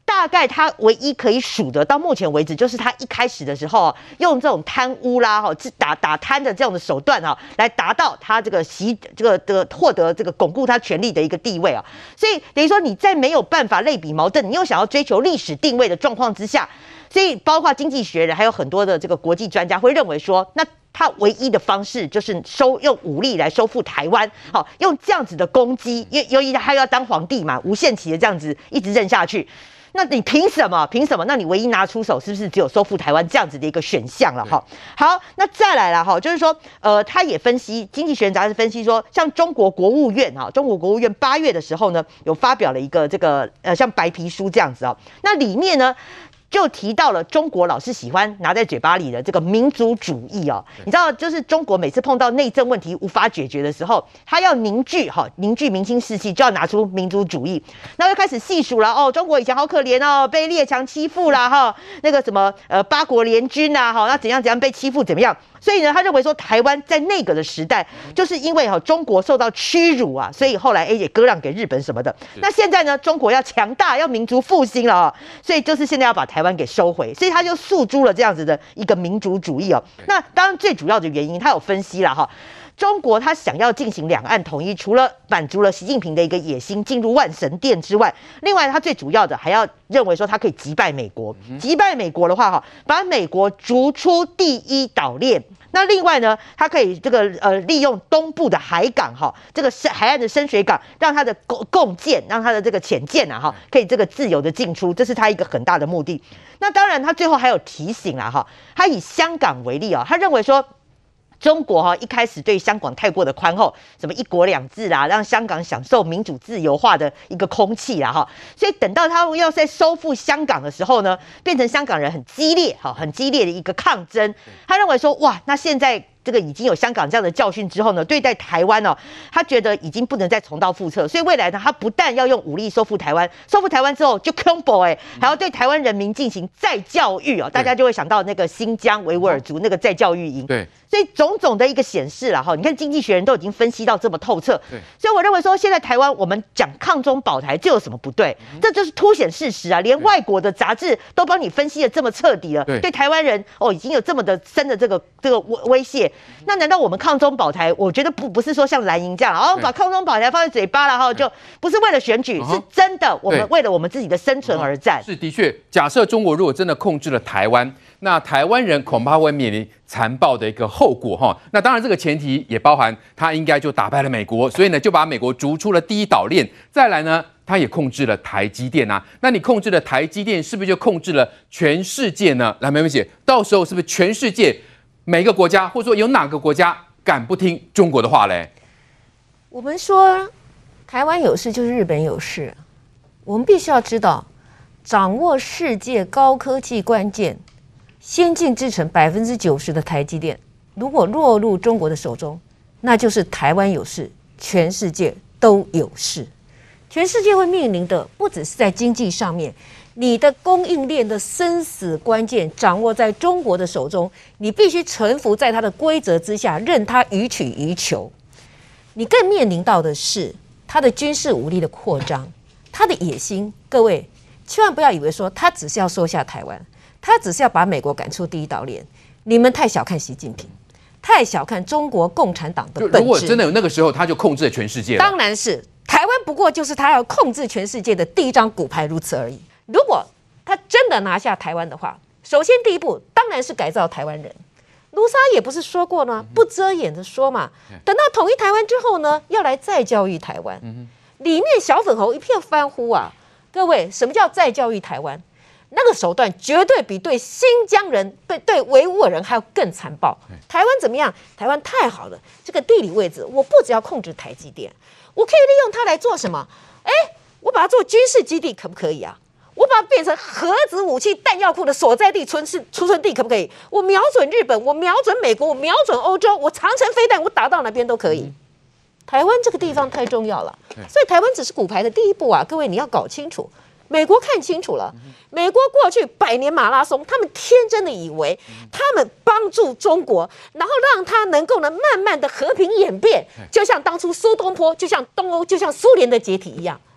大概他唯一可以数的，到目前为止，就是他一开始的时候用这种贪污啦、打贪的这样的手段来达到他这个获得这个巩固他权力的一个地位啊。所以等于说你在没有办法类比矛盾，你又想要追求历史定位的状况之下，所以包括经济学人还有很多的这个国际专家会认为说，那他唯一的方式就是用武力来收复台湾，好，用这样子的攻击，由于他要当皇帝嘛，无限期的这样子一直认下去。那你凭什么？凭什么？那你唯一拿出手是不是只有收复台湾这样子的一个选项了？哈，好，那再来了哈，就是说，他也分析，《经济学人》杂志分析说，像中国国务院中国国务院8月的时候呢，有发表了一个这个像白皮书这样子哦，那里面呢，就提到了中国老是喜欢拿在嘴巴里的这个民族主义哦，你知道，就是中国每次碰到内政问题无法解决的时候，他要凝聚民心士气，就要拿出民族主义，然后又开始细数了中国以前好可怜哦，被列强欺负啦那个什么八国联军啊那怎样被欺负怎么样。所以呢，他认为说台湾在那个的时代，就是因为中国受到屈辱啊，所以后来也割让给日本什么的。那现在呢，中国要强大，要民族复兴了所以就是现在要把台湾给收回，所以他就诉诸了这样子的一个民族主义那当然最主要的原因，他有分析了中国他想要进行两岸统一，除了满足了习近平的一个野心，进入万神殿之外，另外他最主要的还要认为说他可以击败美国。击败美国的话把美国逐出第一岛链。那另外呢，他可以这个利用东部的海港这个海岸的深水港，让他的共建，让他的这个潜舰可以这个自由的进出，这是他一个很大的目的。那当然，他最后还有提醒啦他以香港为例他认为说，中国一开始对香港太过的宽厚，什么一国两制啦，让香港享受民主自由化的一个空气啦所以等到他们要在收复香港的时候呢，变成香港人很激烈的一个抗争。他认为说，哇，那现在这个已经有香港这样的教训之后呢，对待台湾他觉得已经不能再重蹈覆辙，所以未来呢，他不但要用武力收复台湾，收复台湾之后就 combo 还要对台湾人民进行再教育大家就会想到那个新疆维吾尔族那个再教育营。 对， 所以种种的一个显示你看经济学人都已经分析到这么透彻，所以我认为说，现在台湾我们讲抗中保台，这有什么不对？这就是凸显事实啊！连外国的杂志都帮你分析的这么彻底了，对台湾人已经有这么的深的这个威胁。那难道我们抗中保台？我觉得不是说像蓝营这样把抗中保台放在嘴巴了就不是为了选举，是真的我们为了我们自己的生存而战。 是的确，假设中国如果真的控制了台湾，那台湾人恐怕会面临残暴的一个后果那当然这个前提也包含他应该就打败了美国，所以呢就把美国逐出了第一岛链。再来呢，他也控制了台积电那你控制了台积电，是不是就控制了全世界呢？来，梅梅姐，到时候是不是全世界每个国家，或者说有哪个国家敢不听中国的话嘞？ 我们说台湾有事就是日本有事，我们必须要知道，掌握世界高科技关键、先进制程90%的台积电，如果落入中国的手中，那就是台湾有事，全世界都有事。全世界会面临的不只是在经济上面，你的供应链的生死关键掌握在中国的手中，你必须臣服在它的规则之下，任它予取予求。你更面临到的是它的军事武力的扩张，它的野心。各位千万不要以为说他只是要收下台湾，他只是要把美国赶出第一岛链。你们太小看习近平，太小看中国共产党的本质。 如果真的有那个时候，他就控制了全世界了。 当然是台湾，不过就是他要控制全世界的第一张骨牌，如此而已。如果他真的拿下台湾的话，首先第一步当然是改造台湾人。卢沙也不是说过呢，不遮掩的说嘛，等到统一台湾之后呢，要来再教育台湾。里面小粉红一片欢呼啊！各位，什么叫再教育台湾？那个手段绝对比对新疆人、对维吾尔人还要更残暴。台湾怎么样？台湾太好了，这个地理位置，我不只要控制台积电，我可以利用它来做什么？我把它做军事基地，可不可以啊？我把它变成核子武器弹药库的所在地、储存地，可不可以？我瞄准日本，我瞄准美国，我瞄准欧洲，我长程飞弹，我打到哪边都可以。台湾这个地方太重要了，所以台湾只是骨牌的第一步啊！各位，你要搞清楚。美国看清楚了，美国过去100年马拉松，他们天真的以为他们帮助中国，然后让他能够慢慢的和平演变，就像当初苏东坡，就像东欧，就像苏联的解体一样。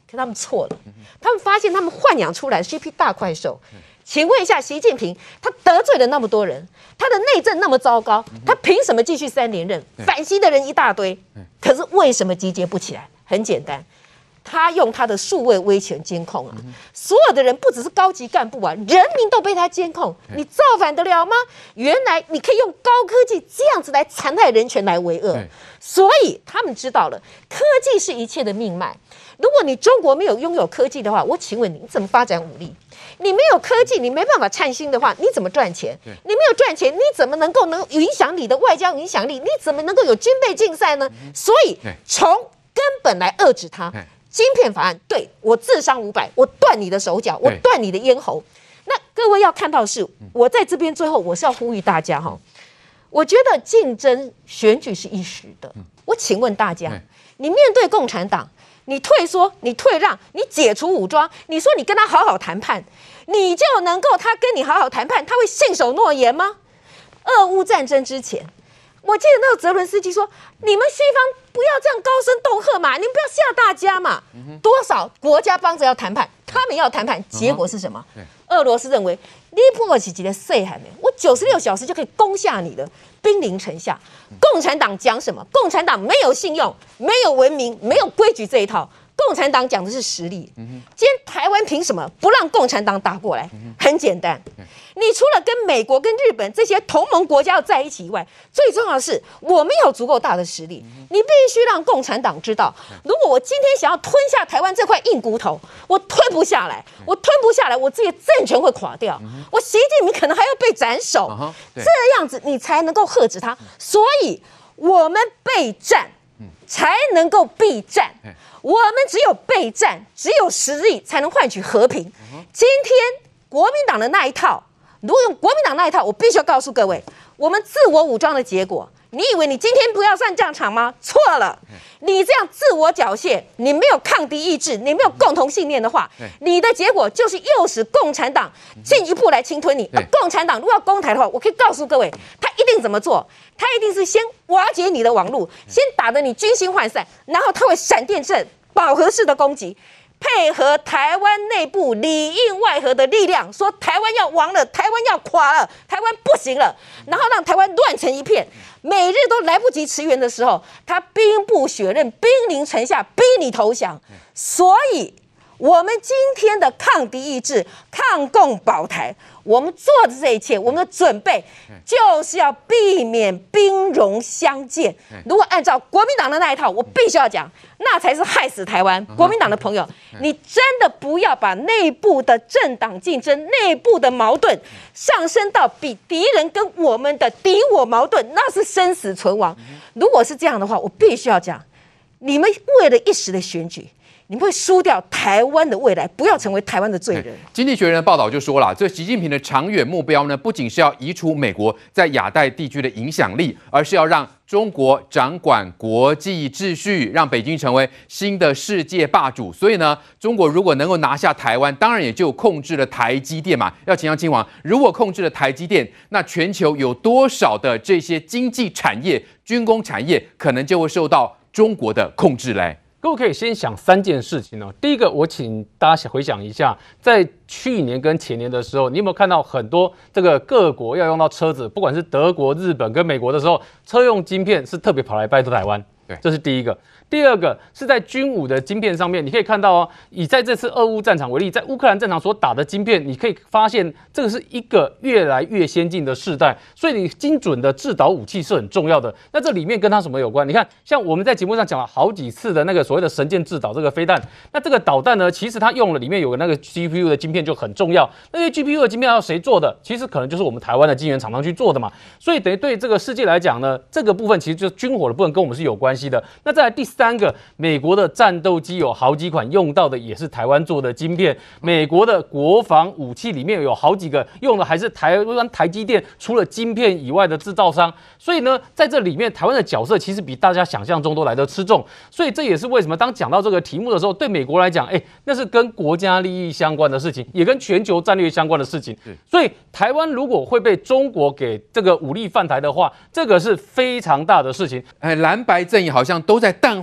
可他们错了，他们发现他们豢养出来的是一批大怪兽。请问一下，习近平他得罪了那么多人，他的内政那么糟糕，他凭什么继续3连任？反习的人一大堆，可是为什么集结不起来？很简单，他用他的数位威权监控啊，所有的人不只是高级干部啊，人民都被他监控，你造反得了吗？原来你可以用高科技这样子来残害人权来为恶，所以他们知道了科技是一切的命脉。如果你中国没有拥有科技的话，我请问你怎么发展武力？你没有科技，你没办法创新的话，你怎么赚钱？你没有赚钱，你怎么能有影响你的外交影响力？你怎么能够有军备竞赛呢？所以从根本来遏制它。晶片法案，对，我自伤500，我断你的手脚，我断你的咽喉。那各位要看到的是，我在这边最后我是要呼吁大家哈，我觉得竞争选举是一时的。我请问大家，你面对共产党，你退缩，你退让，你解除武装，你说你跟他好好谈判，你就能够他跟你好好谈判，他会信守诺言吗？俄乌战争之前，我记得那个泽伦斯基说：“你们西方不要这样高声恫吓嘛，你们不要吓大家嘛。”多少国家帮着要谈判，他们要谈判，结果是什么？俄罗斯认为你不过是几个岁还没，我96小时就可以攻下你的，兵临城下。共产党讲什么？共产党没有信用，没有文明，没有规矩这一套。共产党讲的是实力。今天台湾凭什么不让共产党打过来？很简单，你除了跟美国、跟日本这些同盟国家要在一起以外，最重要的是我们要有足够大的实力。你必须让共产党知道，如果我今天想要吞下台湾这块硬骨头，我吞不下来，我自己的政权会垮掉，我习近平可能还要被斩首，这样子你才能够遏制他。所以我们备战才能够避战。我们只有备战，只有实力才能换取和平。今天国民党的那一套，如果用国民党那一套，我必须要告诉各位，我们自我武装的结果，你以为你今天不要上战场吗？错了，你这样自我缴械，你没有抗敌意志，你没有共同信念的话，你的结果就是诱使共产党进一步来侵吞你。共产党如果要攻台的话，我可以告诉各位，他一定怎么做？他一定是先瓦解你的网络，先打得你军心涣散，然后他会闪电阵、饱和式的攻击，配合台湾内部里应外合的力量，说台湾要亡了，台湾要垮了，台湾不行了，然后让台湾乱成一片，每日都来不及驰援的时候，他兵不血刃，兵临城下，逼你投降。所以我们今天的抗敌意志、抗共保台，我们做的这一切，我们的准备就是要避免兵戎相见。如果按照国民党的那一套，我必须要讲，那才是害死台湾。国民党的朋友，你真的不要把内部的政党竞争、内部的矛盾上升到比敌人跟我们的敌我矛盾，那是生死存亡。如果是这样的话，我必须要讲，你们为了一时的选举，你们会输掉台湾的未来，不要成为台湾的罪人。 经济学人的报道就说了，这习近平的长远目标呢，不仅是要移除美国在亚太地区的影响力，而是要让中国掌管国际秩序，让北京成为新的世界霸主。所以呢，中国如果能够拿下台湾，当然也就控制了台积电嘛。要请教金王，如果控制了台积电，那全球有多少的这些经济产业、军工产业可能就会受到中国的控制嘞？ 各位可以先想3件事情哦。第一个，我请大家回想一下，在去年跟前年的时候，你有没有看到很多这个各国要用到车子，不管是德国、日本跟美国的时候，车用晶片是特别跑来拜托台湾。对，这是第一个。第二个是在军武的晶片上面，你可以看到哦，以在这次俄乌战场为例，在乌克兰战场所打的晶片，你可以发现这个是一个越来越先进的世代，所以你精准的制导武器是很重要的。那这里面跟它什么有关？你看，像我们在节目上讲了好几次的那个所谓的神剑制导这个飞弹，那这个导弹呢，其实它用了里面有个那个 GPU 的晶片就很重要。那些 GPU 的晶片要谁做的？其实可能就是我们台湾的晶圆厂商去做的嘛。所以等于对这个世界来讲呢，这个部分其实就是军火的部分跟我们是有关系的。那再来第3个，美国的战斗机有好几款用到的也是台湾做的晶片，美国的国防武器里面有好几个用的还是台湾台积电除了晶片以外的制造商，所以呢，在这里面台湾的角色其实比大家想象中都来得吃重，所以这也是为什么当讲到这个题目的时候，对美国来讲，那是跟国家利益相关的事情，也跟全球战略相关的事情，所以台湾如果会被中国给这个武力犯台的话，这个是非常大的事情。 蓝白阵营好像都在淡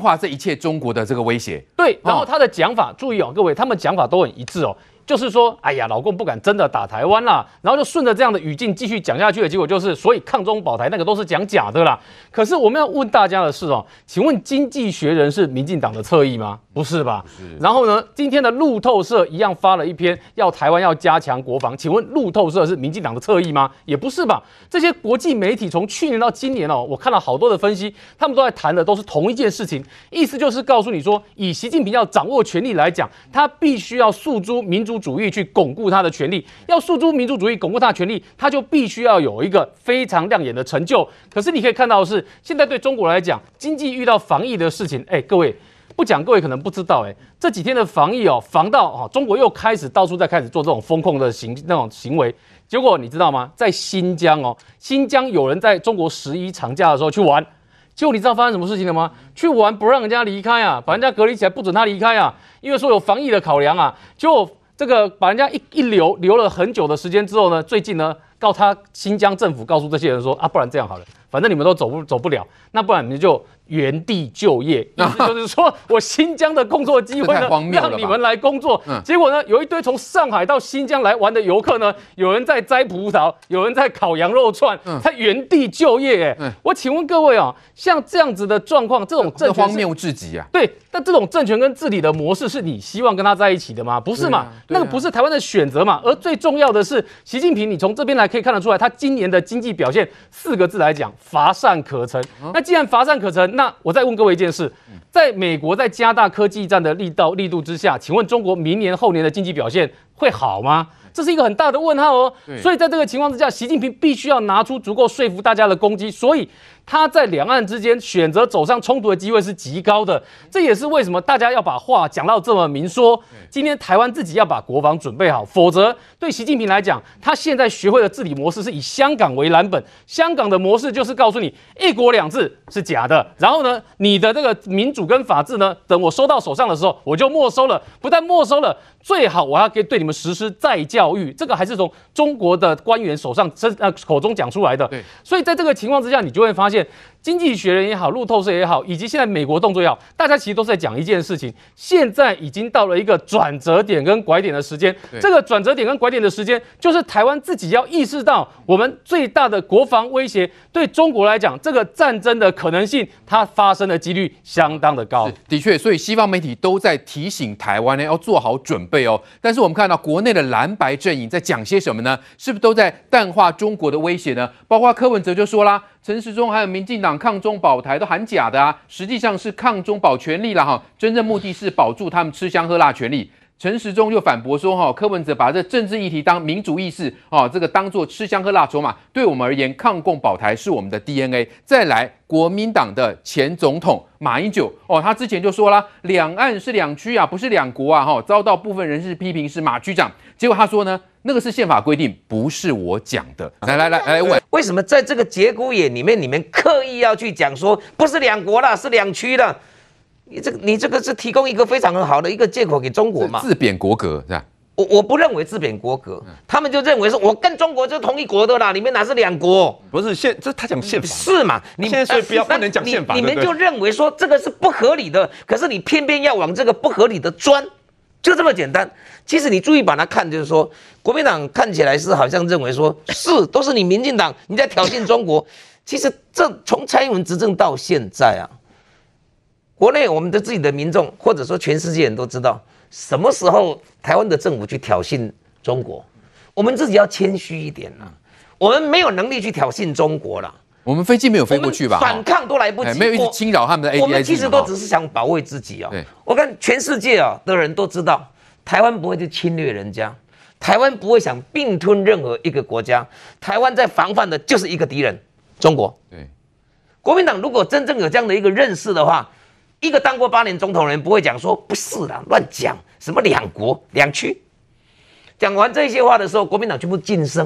化这一切中国的这个威胁。 对，然后他的讲法，注意哦，各位，他们讲法都很一致哦。就是说，哎呀，老共不敢真的打台湾啦，然后就顺着这样的语境继续讲下去的结果就是，所以抗中保台那个都是讲假的啦。可是我们要问大家的是哦，请问《经济学人》是民进党的侧翼吗？不是吧？然后呢，今天的路透社一样发了一篇，要台湾要加强国防。请问路透社是民进党的侧翼吗？也不是吧？这些国际媒体从去年到今年哦，我看到好多的分析，他们都在谈的都是同一件事情，意思就是告诉你说，以习近平要掌握权力来讲，他必须要诉诸民族主义去巩固他的权力，要诉诸民族主义巩固他的权力，他就必须要有一个非常亮眼的成就。可是你可以看到的是，现在对中国来讲，经济遇到防疫的事情，各位不讲，各位可能不知道，这几天的防疫防到中国又开始到处在开始做这种风控的那种行为。结果你知道吗？在新疆新疆有人在中国11长假的时候去玩。结果你知道发生什么事情了吗？去玩不让人家离开啊，把人家隔离起来，不准他离开啊，因为说有防疫的考量啊。结果这个把人家一留了很久的时间之后呢，最近呢告他新疆政府告诉这些人说不然这样好了，反正你们都走不了，那不然你们就原地就业，意思就是说我新疆的工作机会呢让你们来工作。结果呢，有一堆从上海到新疆来玩的游客呢，有人在摘葡萄，有人在烤羊肉串，他原地就业。我请问各位像这样子的状况，这种政权荒谬至极啊！ 对，那这种政权跟治理的模式是你希望跟他在一起的吗？不是嘛？那个不是台湾的选择嘛？而最重要的是，习近平，你从这边来可以看得出来，他今年的经济表现4个字来讲，乏善可陈。那既然乏善可陈，那我再问各位一件事，在美国在加大科技战的力度之下，请问中国明年后年的经济表现会好吗？这是一个很大的问号哦。所以在这个情况之下，习近平必须要拿出足够说服大家的攻击，所以他在两岸之间选择走上冲突的机会是极高的。这也是为什么大家要把话讲到这么明说。今天台湾自己要把国防准备好，否则对习近平来讲，他现在学会的治理模式是以香港为蓝本。香港的模式就是告诉你1国2制是假的，然后呢，你的这个民主跟法治呢，等我收到手上的时候，我就没收了。不但没收了，最好我还可以对你们实施再教育。这个还是从中国的官员手上口中讲出来的。所以在这个情况之下，你就会发现，经济学人也好，路透社也好，以及现在美国动作也好，大家其实都是在讲一件事情：现在已经到了一个转折点跟拐点的时间。这个转折点跟拐点的时间，就是台湾自己要意识到，我们最大的国防威胁对中国来讲，这个战争的可能性，它发生的几率相当的高。 的确，所以西方媒体都在提醒台湾呢，要做好准备哦。但是我们看到国内的蓝白阵营在讲些什么呢？是不是都在淡化中国的威胁呢？包括柯文哲就说啦，陈时中还有民进党抗中保台都喊假的啊，实际上是抗中保权利啦哈，真正目的是保住他们吃香喝辣权利。陈时中又反驳说，柯文哲把这政治议题当民主意识，这个当作吃香喝辣筹码，对我们而言，抗共保台是我们的 DNA。再来，国民党的前总统马英九，他之前就说啦，两岸是两区啊，不是两国啊，遭到部分人士批评是马区长。结果他说呢，那个是宪法规定，不是我讲的。来问， 为什么在这个节骨眼里面，你们刻意要去讲说不是两国啦，是两区啦？你这个是提供一个非常好的一个借口给中国嘛？ 自贬国格是吧？ 我不认为自贬国格，他们就认为说我跟中国就是同一国的啦，里面哪是两国？ 不是这他讲宪法是嘛？ 你现在所以不能讲宪法， 你们就认为说这个是不合理的，可是你偏偏要往这个不合理的钻，就这么简单。其实你注意把它看，就是说国民党看起来是好像认为说都是你民进党你在挑衅中国，其实这从蔡英文执政到现在啊。国内我们的自己的民众，或者说全世界人都知道，什么时候台湾的政府去挑衅中国，我们自己要谦虚一点啦。我们没有能力去挑衅中国啦， 我们飞机没有飞过去吧？ 反抗都来不及， 没有一直侵扰他们的 ADIZ。我们其实都只是想保卫自己我看全世界的人都知道，台湾不会去侵略人家，台湾不会想并吞任何一个国家，台湾在防范的就是一个敌人——中国。 对， 国民党如果真正有这样的一个认识的话，一个当过8年总统的人不会讲说不是啦，乱讲什么两国两区。讲完这些话的时候，国民党全部晋升，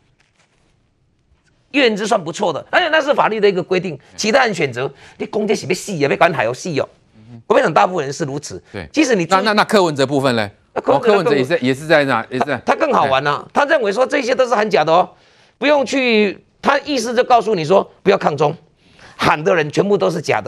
一人之算不错的，而且那是法律的一个规定，其他人选择你攻击是被戏啊，被管海有戏哦。国民党大部分人是如此。 对， 即使你那柯文哲部分呢？柯文哲也是在那，也是他更好玩啊，他认为说这些都是很假的哦，不用去，他意思就告诉你说不要抗中。喊的人全部都是假的，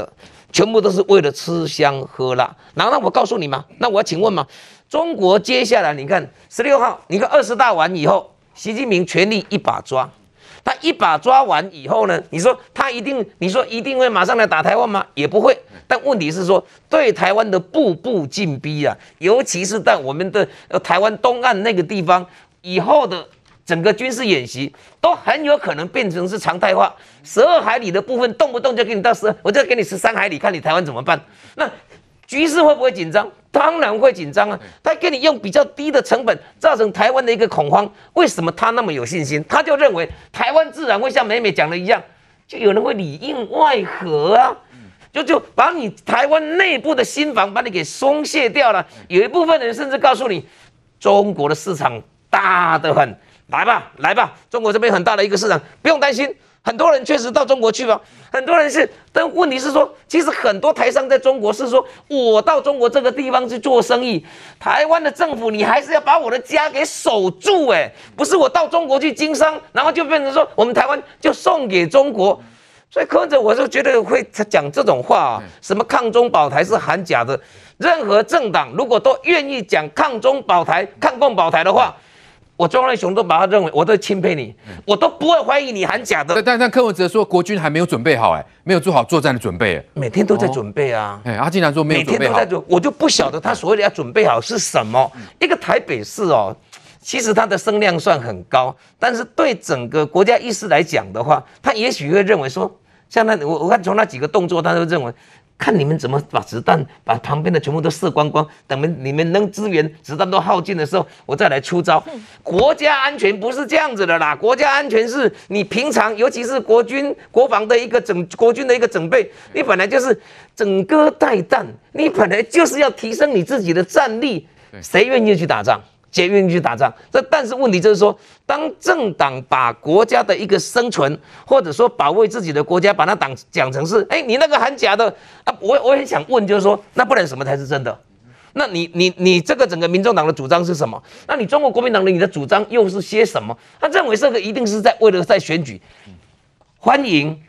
全部都是为了吃香喝辣。然后我告诉你嘛，那我要请问嘛，中国接下来你看16号，你看20大完以后，习近平全力一把抓。他一把抓完以后呢，你说一定会马上来打台湾吗？也不会。但问题是说，对台湾的步步进逼啊，尤其是在我们的台湾东岸那个地方，以后的整个军事演习都很有可能变成是常态化。12海里的部分，动不动就给你到我就给你13海里，看你台湾怎么办。那局势会不会紧张？当然会紧张啊！他给你用比较低的成本，造成台湾的一个恐慌。为什么他那么有信心？他就认为台湾自然会像美美讲的一样，就有人会里应外合啊，就把你台湾内部的心防把你给松懈掉了。有一部分人甚至告诉你，中国的市场大得很，来吧，中国这边很大的一个市场，不用担心。很多人确实到中国去吧，很多人是，但问题是说，其实很多台商在中国是说，我到中国这个地方去做生意，台湾的政府你还是要把我的家给守住，不是我到中国去经商，然后就变成说我们台湾就送给中国。所以柯文哲我就觉得会讲这种话啊，什么抗中保台是喊假的，任何政党如果都愿意讲抗中保台、抗共保台的话。我庄瑞雄都把他认为，我都钦佩你，我都不会怀疑你喊假的。 但柯文哲说国军还没有准备好，没有做好作战的准备， 每天都在准备啊。 他竟然说没有准备好， 每天都在我就不晓得他所谓的要准备好是什么。一个台北市哦，其实它的声量算很高，但是对整个国家意识来讲的话，他也许会认为说，像我看从那几个动作，他就认为。看你们怎么把子弹把旁边的全部都射光光，等你们能支援子弹都耗尽的时候，我再来出招。国家安全不是这样子的啦，国家安全是你平常，尤其是国防的一个国军的一个整备，你本来就是整个带弹，你本来就是要提升你自己的战力，谁愿意去打仗？谁愿意去打仗？但是问题就是说，当政党把国家的一个生存，或者说保卫自己的国家，把它讲成是，你那个喊假的啊，我很想问，就是说，那不然什么才是真的？那你这个整个民众党的主张是什么？那你中国国民党的你的主张又是些什么？他认为这个一定是为了在选举，欢迎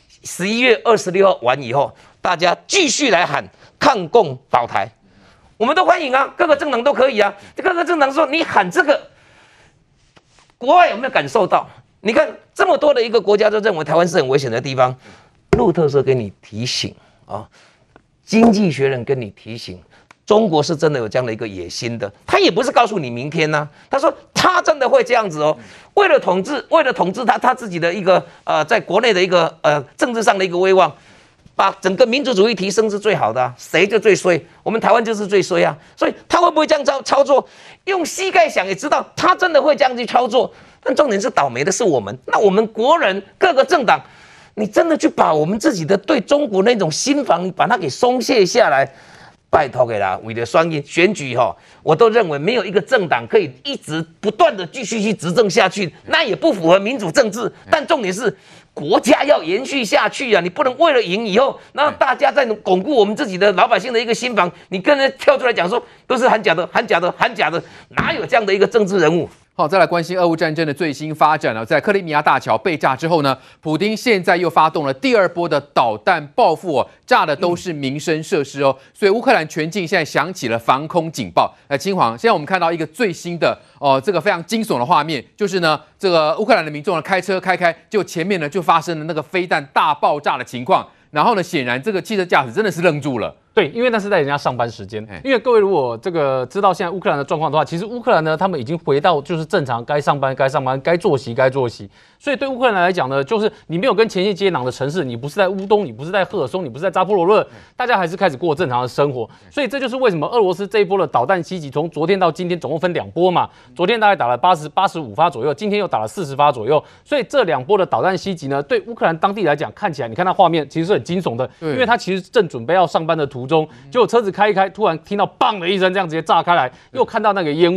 11月26号完以后，大家继续来喊抗共保台。我们都欢迎啊，各个政党都可以啊。各个政党说你喊这个，国外有没有感受到？你看这么多的一个国家都认为台湾是很危险的地方，路透社给你提醒啊，经济学人跟你提醒，中国是真的有这样的一个野心的。他也不是告诉你明天呢，他说他真的会这样子哦，为了统治他自己的一个在国内的一个政治上的一个威望。把整个民族主义提升是最好的啊，谁就最衰，我们台湾就是最衰啊，所以他会不会这样操作？用膝盖想也知道，他真的会这样去操作。但重点是倒霉的是我们，那我们国人各个政党，你真的去把我们自己的对中国那种心防，把它给松懈下来，拜托给啦，为了选举我都认为没有一个政党可以一直不断的继续去执政下去，那也不符合民主政治。但重点是。国家要延续下去啊！你不能为了赢以后，然后大家在巩固我们自己的老百姓的一个心防，你跟人跳出来讲说都是喊假的，哪有这样的一个政治人物？ 好，再来关心俄乌战争的最新发展了。在克里米亚大桥被炸之后呢，普丁现在又发动了第二波的导弹报复炸的都是民生设施哦。所以乌克兰全境现在响起了防空警报。青黄，现在我们看到一个最新的这个非常惊悚的画面，就是呢，这个乌克兰的民众呢开车开，就前面呢就发生了那个飞弹大爆炸的情况。然后呢，显然这个汽车驾驶真的是愣住了。 对，因为那是在人家上班时间。因为各位如果这个知道现在乌克兰的状况的话，其实乌克兰呢，他们已经回到就是正常该上班，该作息。所以对乌克兰来讲呢，就是你没有跟前线接壤的城市，你不是在乌东，你不是在赫尔松，你不是在扎波罗热，大家还是开始过正常的生活。所以这就是为什么俄罗斯这一波的导弹袭击，从昨天到今天总共分2波嘛。昨天大概打了85发左右，今天又打了40发左右。所以这2波的导弹袭击呢，对乌克兰当地来讲，看起来你看那画面其实是很惊悚的，因为他其实正准备要上班的途中，结果车子开一开，突然听到砰的一声，这样直接炸开来，又看到那个烟雾。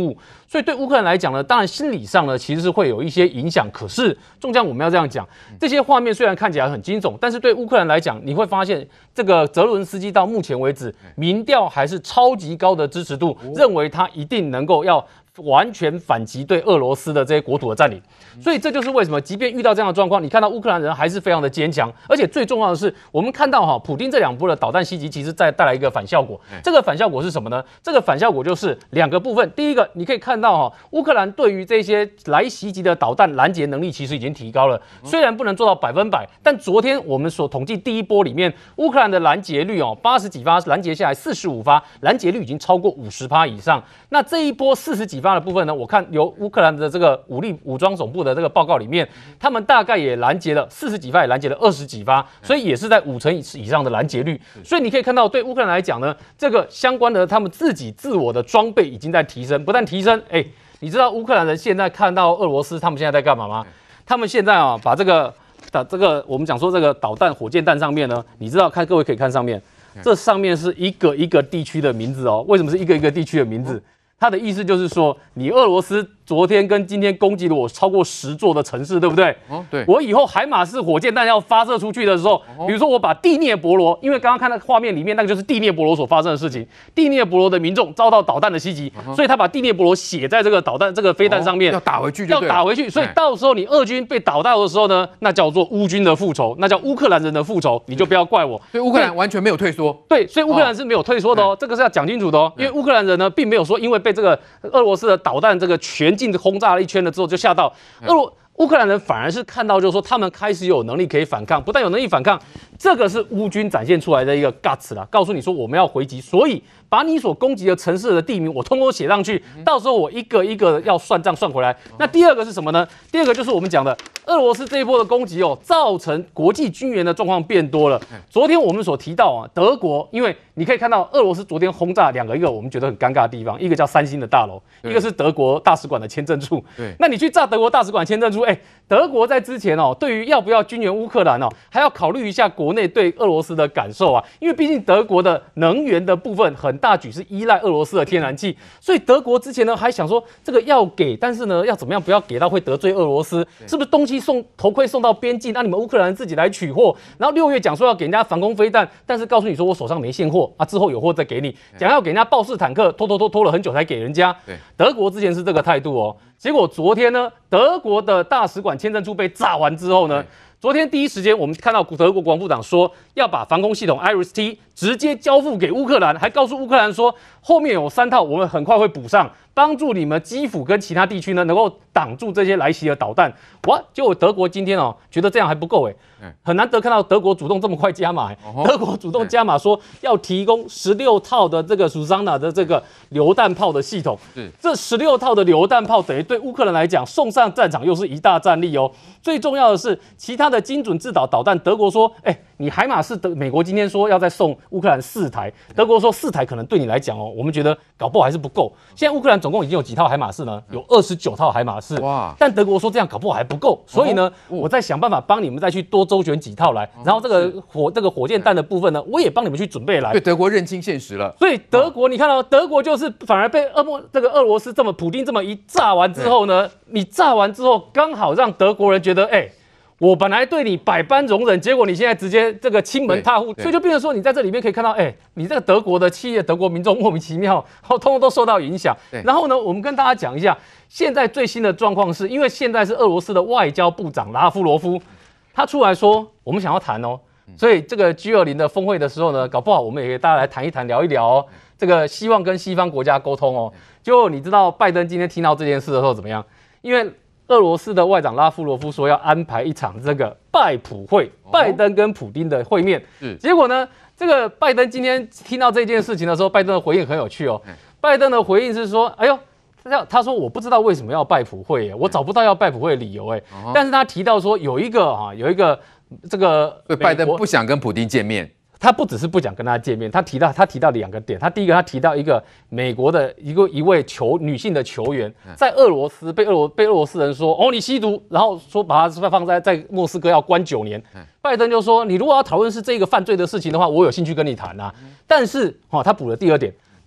所以对乌克兰来讲呢，当然心理上呢其实是会有一些影响。可是仲将我们要这样讲，这些画面虽然看起来很惊悚，但是对乌克兰来讲，你会发现这个泽伦斯基到目前为止民调还是超级高的支持度，认为他一定能够要完全反击对俄罗斯的这些国土的占领。所以这就是为什么即便遇到这样的状况，你看到乌克兰人还是非常的坚强。而且最重要的是，我们看到普丁这2波的导弹袭击其实带来一个反效果。这个反效果是什么呢？这个反效果就是2个部分。第一个，你可以看到乌克兰对于这些来袭击的导弹拦截能力其实已经提高了，虽然不能做到100%，但昨天我们所统计第1波里面，乌克兰的拦截率80几发拦截下来45发，拦截率已经超过50%以上。那这一波40几发的部分呢，我看由乌克兰的这个武装总部的这个报告里面，他们大概也拦截了40几发，也拦截了20几发，所以也是在5成以上的拦截率。所以你可以看到，对乌克兰来讲呢，这个相关的他们自我的装备已经在提升，不但提升，你知道乌克兰人现在看到俄罗斯他们现在在干嘛吗？他们现在把这个我们讲说这个导弹火箭弹上面呢，你知道各位可以看上面，这上面是一个一个地区的名字为什么是一个一个地区的名字？它的意思就是说，你俄罗斯昨天跟今天攻击了我超过10座的城市，对不对？ 对。 我以后海马式火箭弹要发射出去的时候，比如说我把第聂伯罗，因为刚刚看到画面里面那个就是第聂伯罗所发生的事情，第聂伯罗的民众遭到导弹的袭击，所以他把第聂伯罗写在这个导弹这个飞弹上面， 要打回去就对了， 要打回去。所以到时候你俄军被打到的时候呢，那叫做乌军的复仇，那叫乌克兰人的复仇，你就不要怪我。 所以乌克兰完全没有退缩。 对，所以乌克兰是没有退缩的这个是要讲清楚的因为乌克兰人呢，并没有说因为被这个俄罗斯的导弹这个全境轰炸了一圈了之后就吓到乌克兰人，反而是看到就是说他们开始有能力可以反抗，不但有能力反抗，这个是乌军展现出来的一个 guts 啦，告诉你说我们要回击，所以把你所攻击的城市的地名我通通写上去，到时候我一个一个要算账算回来。那第二个是什么呢？第二个就是我们讲的俄罗斯这一波的攻击造成国际军援的状况变多了。昨天我们所提到德国，因为你可以看到俄罗斯昨天轰炸一个我们觉得很尴尬的地方，一个叫3星的大楼，一个是德国大使馆的签证处。那你去炸德国大使馆签证处，德国在之前对于要不要军援乌克兰还要考虑一下国内对俄罗斯的感受因为毕竟德国的能源的部分很大举是依赖俄罗斯的天然气，所以德国之前呢还想说这个要给，但是呢要怎么样不要给到会得罪俄罗斯，是不是东西头盔送到边境，那你们乌克兰人自己来取货，然后6月讲说要给人家防空飞弹，但是告诉你说我手上没现货之后有货再给你，讲要给人家豹式坦克，拖了很久才给人家。德国之前是这个态度结果昨天呢，德国的大使馆签证处被炸完之后呢，昨天第一时间我们看到德国国防部长说要把防空系统 IRIS-T 直接交付给乌克兰，还告诉乌克兰说后面有3套，我们很快会补上，帮助你们基辅跟其他地区呢能够挡住这些来袭的导弹。结果德国今天觉得这样还不够很难得看到德国主动这么快加码德国主动加码说要提供16套的这个苏桑娜的这个榴弹炮的系统。这16套的榴弹炮等于对乌克兰来讲送上战场又是一大战力最重要的是其他的精准制导导弹，德国说你海马式的美国今天说要再送乌克兰4台，德国说4台可能对你来讲我们觉得搞不好还是不够。现在乌克兰总共已经有几套海马式呢？有29套海马式。但德国说这样搞不好还不够，所以呢，我再想办法帮你们再去多周旋几套来，然后这个火箭弹的部分呢，我也帮你们去准备来。 对，德国认清现实了。 所以德国你看到德国就是反而被俄罗斯普丁这么一炸完之后呢，你炸完之后刚好让德国人觉得我本来对你百般容忍，结果你现在直接这个亲门踏户，所以就变成说你在这里面可以看到，你这个德国的企业、德国民众莫名其妙，通通都受到影响。然后呢，我们跟大家讲一下，现在最新的状况是，因为现在是俄罗斯的外交部长拉夫罗夫，他出来说我们想要谈所以这个 G20的峰会的时候呢，搞不好我们也可以大家来谈一谈、聊一聊这个希望跟西方国家沟通就你知道拜登今天听到这件事的时候怎么样？因为俄罗斯的外长拉夫罗夫说要安排一场这个拜普会，拜登跟普丁的会面。结果呢，这个拜登今天听到这件事情的时候，拜登的回应很有趣拜登的回应是说，他说我不知道为什么要拜普会我找不到要拜普会的理由但是他提到说有一个这个拜登不想跟普丁见面。 他不只是不想跟他见面，他提到2个点。他第一个，他提到一个美国的一位女性的球员，在俄罗斯被俄罗斯人说你吸毒，然后说把他放在莫斯科要关9年。拜登就说你如果要讨论是这个犯罪的事情的话，我有兴趣跟你谈但是他补了第2点。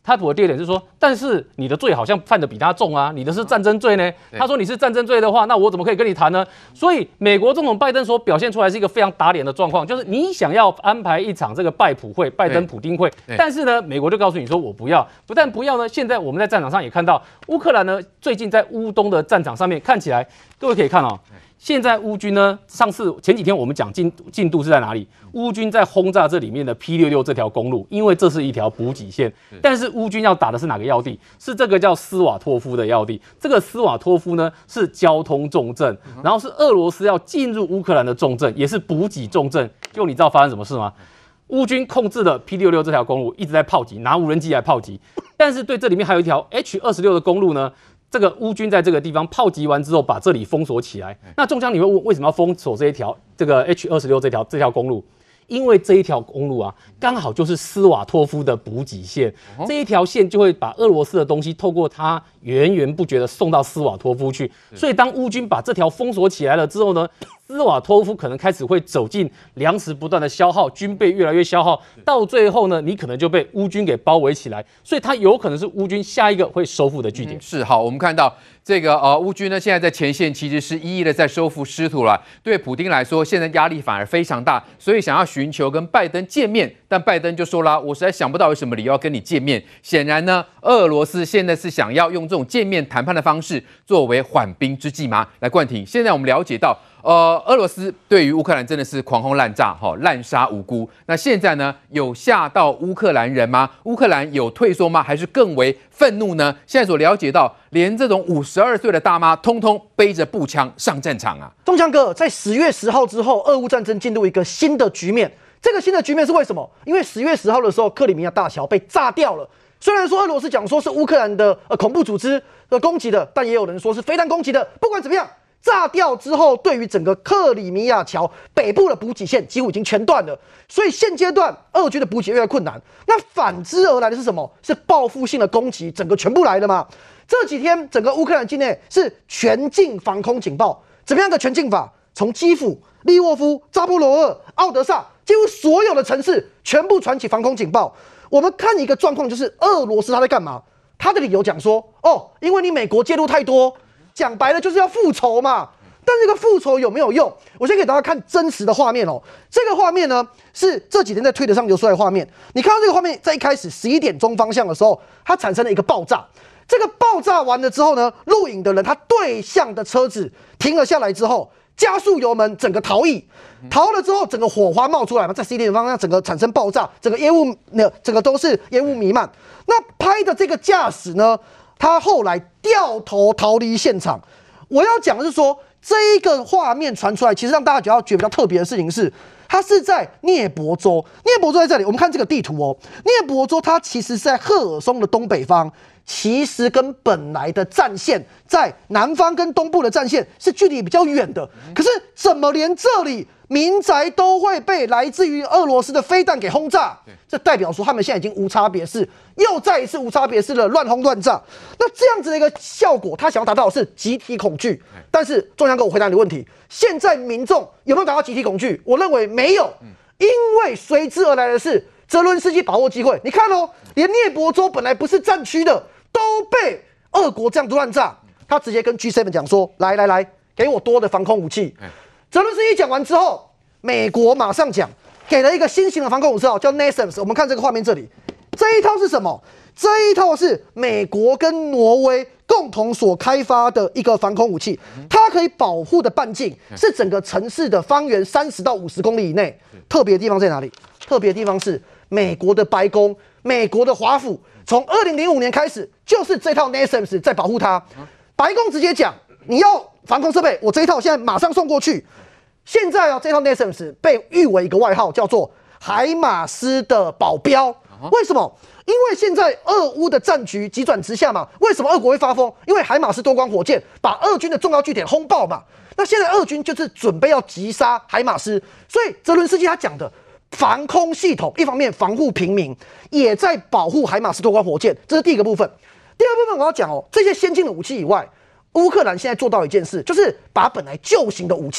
他补的第二点是说，但是你的罪好像犯的比他重啊，你的是战争罪呢。他说你是战争罪的话，那我怎么可以跟你谈呢？所以美国总统拜登所表现出来是一个非常打脸的状况，就是你想要安排一场这个拜登普丁会，但是呢，美国就告诉你说我不要，不但不要呢，现在我们在战场上也看到乌克兰呢，最近在乌东的战场上面看起来，各位可以看哦。现在乌军呢，前几天我们讲进度是在哪里？乌军在轰炸这里面的 P66这条公路，因为这是一条补给线。但是乌军要打的是哪个要地？是这个叫斯瓦托夫的要地。这个斯瓦托夫呢是交通重镇，然后是俄罗斯要进入乌克兰的重镇，也是补给重镇。就你知道发生什么事吗？乌军控制了 P66这条公路，一直在炮击，拿无人机来炮击。但是对这里面还有一条 H26的公路呢。这个乌军在这个地方炮击完之后，把这里封锁起来。那中将你会问，为什么要封锁这个 H26这条公路？因为这一条公路啊，刚好就是斯瓦托夫的补给线，这一条线就会把俄罗斯的东西透过它源源不绝的送到斯瓦托夫去。所以当乌军把这条封锁起来了之后呢，斯瓦托夫可能开始会走进粮食不断的消耗，军备越来越消耗，到最后呢，你可能就被乌军给包围起来，所以它有可能是乌军下一个会收复的据点。 是好，我们看到这个乌军呢，现在在前线其实是一一的在收复失土了。对普丁来说，现在压力反而非常大，所以想要寻求跟拜登见面，但拜登就说啦，我实在想不到有什么理由要跟你见面。显然呢，俄罗斯现在是想要用这种见面谈判的方式作为缓兵之计吗？来，冠廷，现在我们了解到。俄罗斯对于乌克兰真的是狂轰滥炸，滥杀无辜。那现在呢，有吓到乌克兰人吗？乌克兰有退缩吗？还是更为愤怒呢？现在所了解到，连这种52岁的大妈，通通背着步枪上战场啊！ 中强哥，在10月10号之后，俄乌战争进入一个新的局面。这个新的局面是为什么？因为10月10号的时候，克里米亚大桥被炸掉了。虽然说俄罗斯讲说是乌克兰的恐怖组织的攻击的，但也有人说是飞弹攻击的。不管怎么样。炸掉之后，对于整个克里米亚桥北部的补给线几乎已经全断了，所以现阶段俄军的补给越来越困难。那反之而来的是什么？是报复性的攻击，整个全部来了嘛？这几天整个乌克兰境内是全境防空警报，怎么样的全境法？从基辅、利沃夫、扎波罗热、奥德萨，几乎所有的城市全部传起防空警报。我们看一个状况，就是俄罗斯他在干嘛？他的理由讲说，因为你美国介入太多。讲白了就是要复仇嘛，但这个复仇有没有用？我先给大家看真实的画面哦。这个画面呢是这几天在推特上流出来的画面。你看到这个画面，在一开始11点钟方向的时候，它产生了一个爆炸。这个爆炸完了之后呢，录影的人他对向的车子停了下来之后，加速油门，整个逃逸。逃了之后，整个火花冒出来嘛，在11点方向整个产生爆炸，整个烟雾整个都是烟雾弥漫。那拍的这个驾驶呢？他后来掉头逃离现场。我要讲的是说，这一个画面传出来，其实让大家觉得比较特别的事情是，它是在涅伯州。涅伯州在这里，我们看这个地图哦。涅伯州它其实是在赫尔松的东北方，其实跟本来的战线在南方跟东部的战线是距离比较远的。可是怎么连这里民宅都会被来自于俄罗斯的飞弹给轰炸？这代表说他们现在已经无差别式，又再一次无差别式的乱轰乱炸。那这样子的一个效果，他想要达到的是集体恐惧。但是中强哥，我回答你的问题，现在民众有没有达到集体恐惧？我认为没有，因为随之而来的是泽伦斯基把握机会。你看哦，连涅伯州本来不是战区的，都被俄国这样子乱炸。他直接跟 G7 讲说：来，给我多的防空武器。泽伦斯基讲完之后，美国马上讲，给了一个新型的防空武器叫 NASAMS。我们看这个画面这里，这一套是什么？这一套是美国跟挪威共同所开发的一个防空武器，它可以保护的半径是整个城市的方圆30到50公里以内。特别的地方在哪里？特别的地方是美国的白宫、美国的华府，从2005年开始，就是这套 NASAMS 在保护它。白宫直接讲，你要防空设备，我这一套现在马上送过去。现在这套 NASAMS 被誉为一个外号，叫做海马斯的保镖。为什么？因为现在俄乌的战局急转直下嘛。为什么俄国会发疯？因为海马斯多光火箭把俄军的重要据点轰爆嘛。那现在俄军就是准备要击杀海马斯，所以泽伦斯基他讲的防空系统，一方面防护平民，也在保护海马斯多光火箭，这是第一个部分。第二部分我要讲这些先进的武器以外，乌克兰现在做到一件事，就是把本来旧型的武器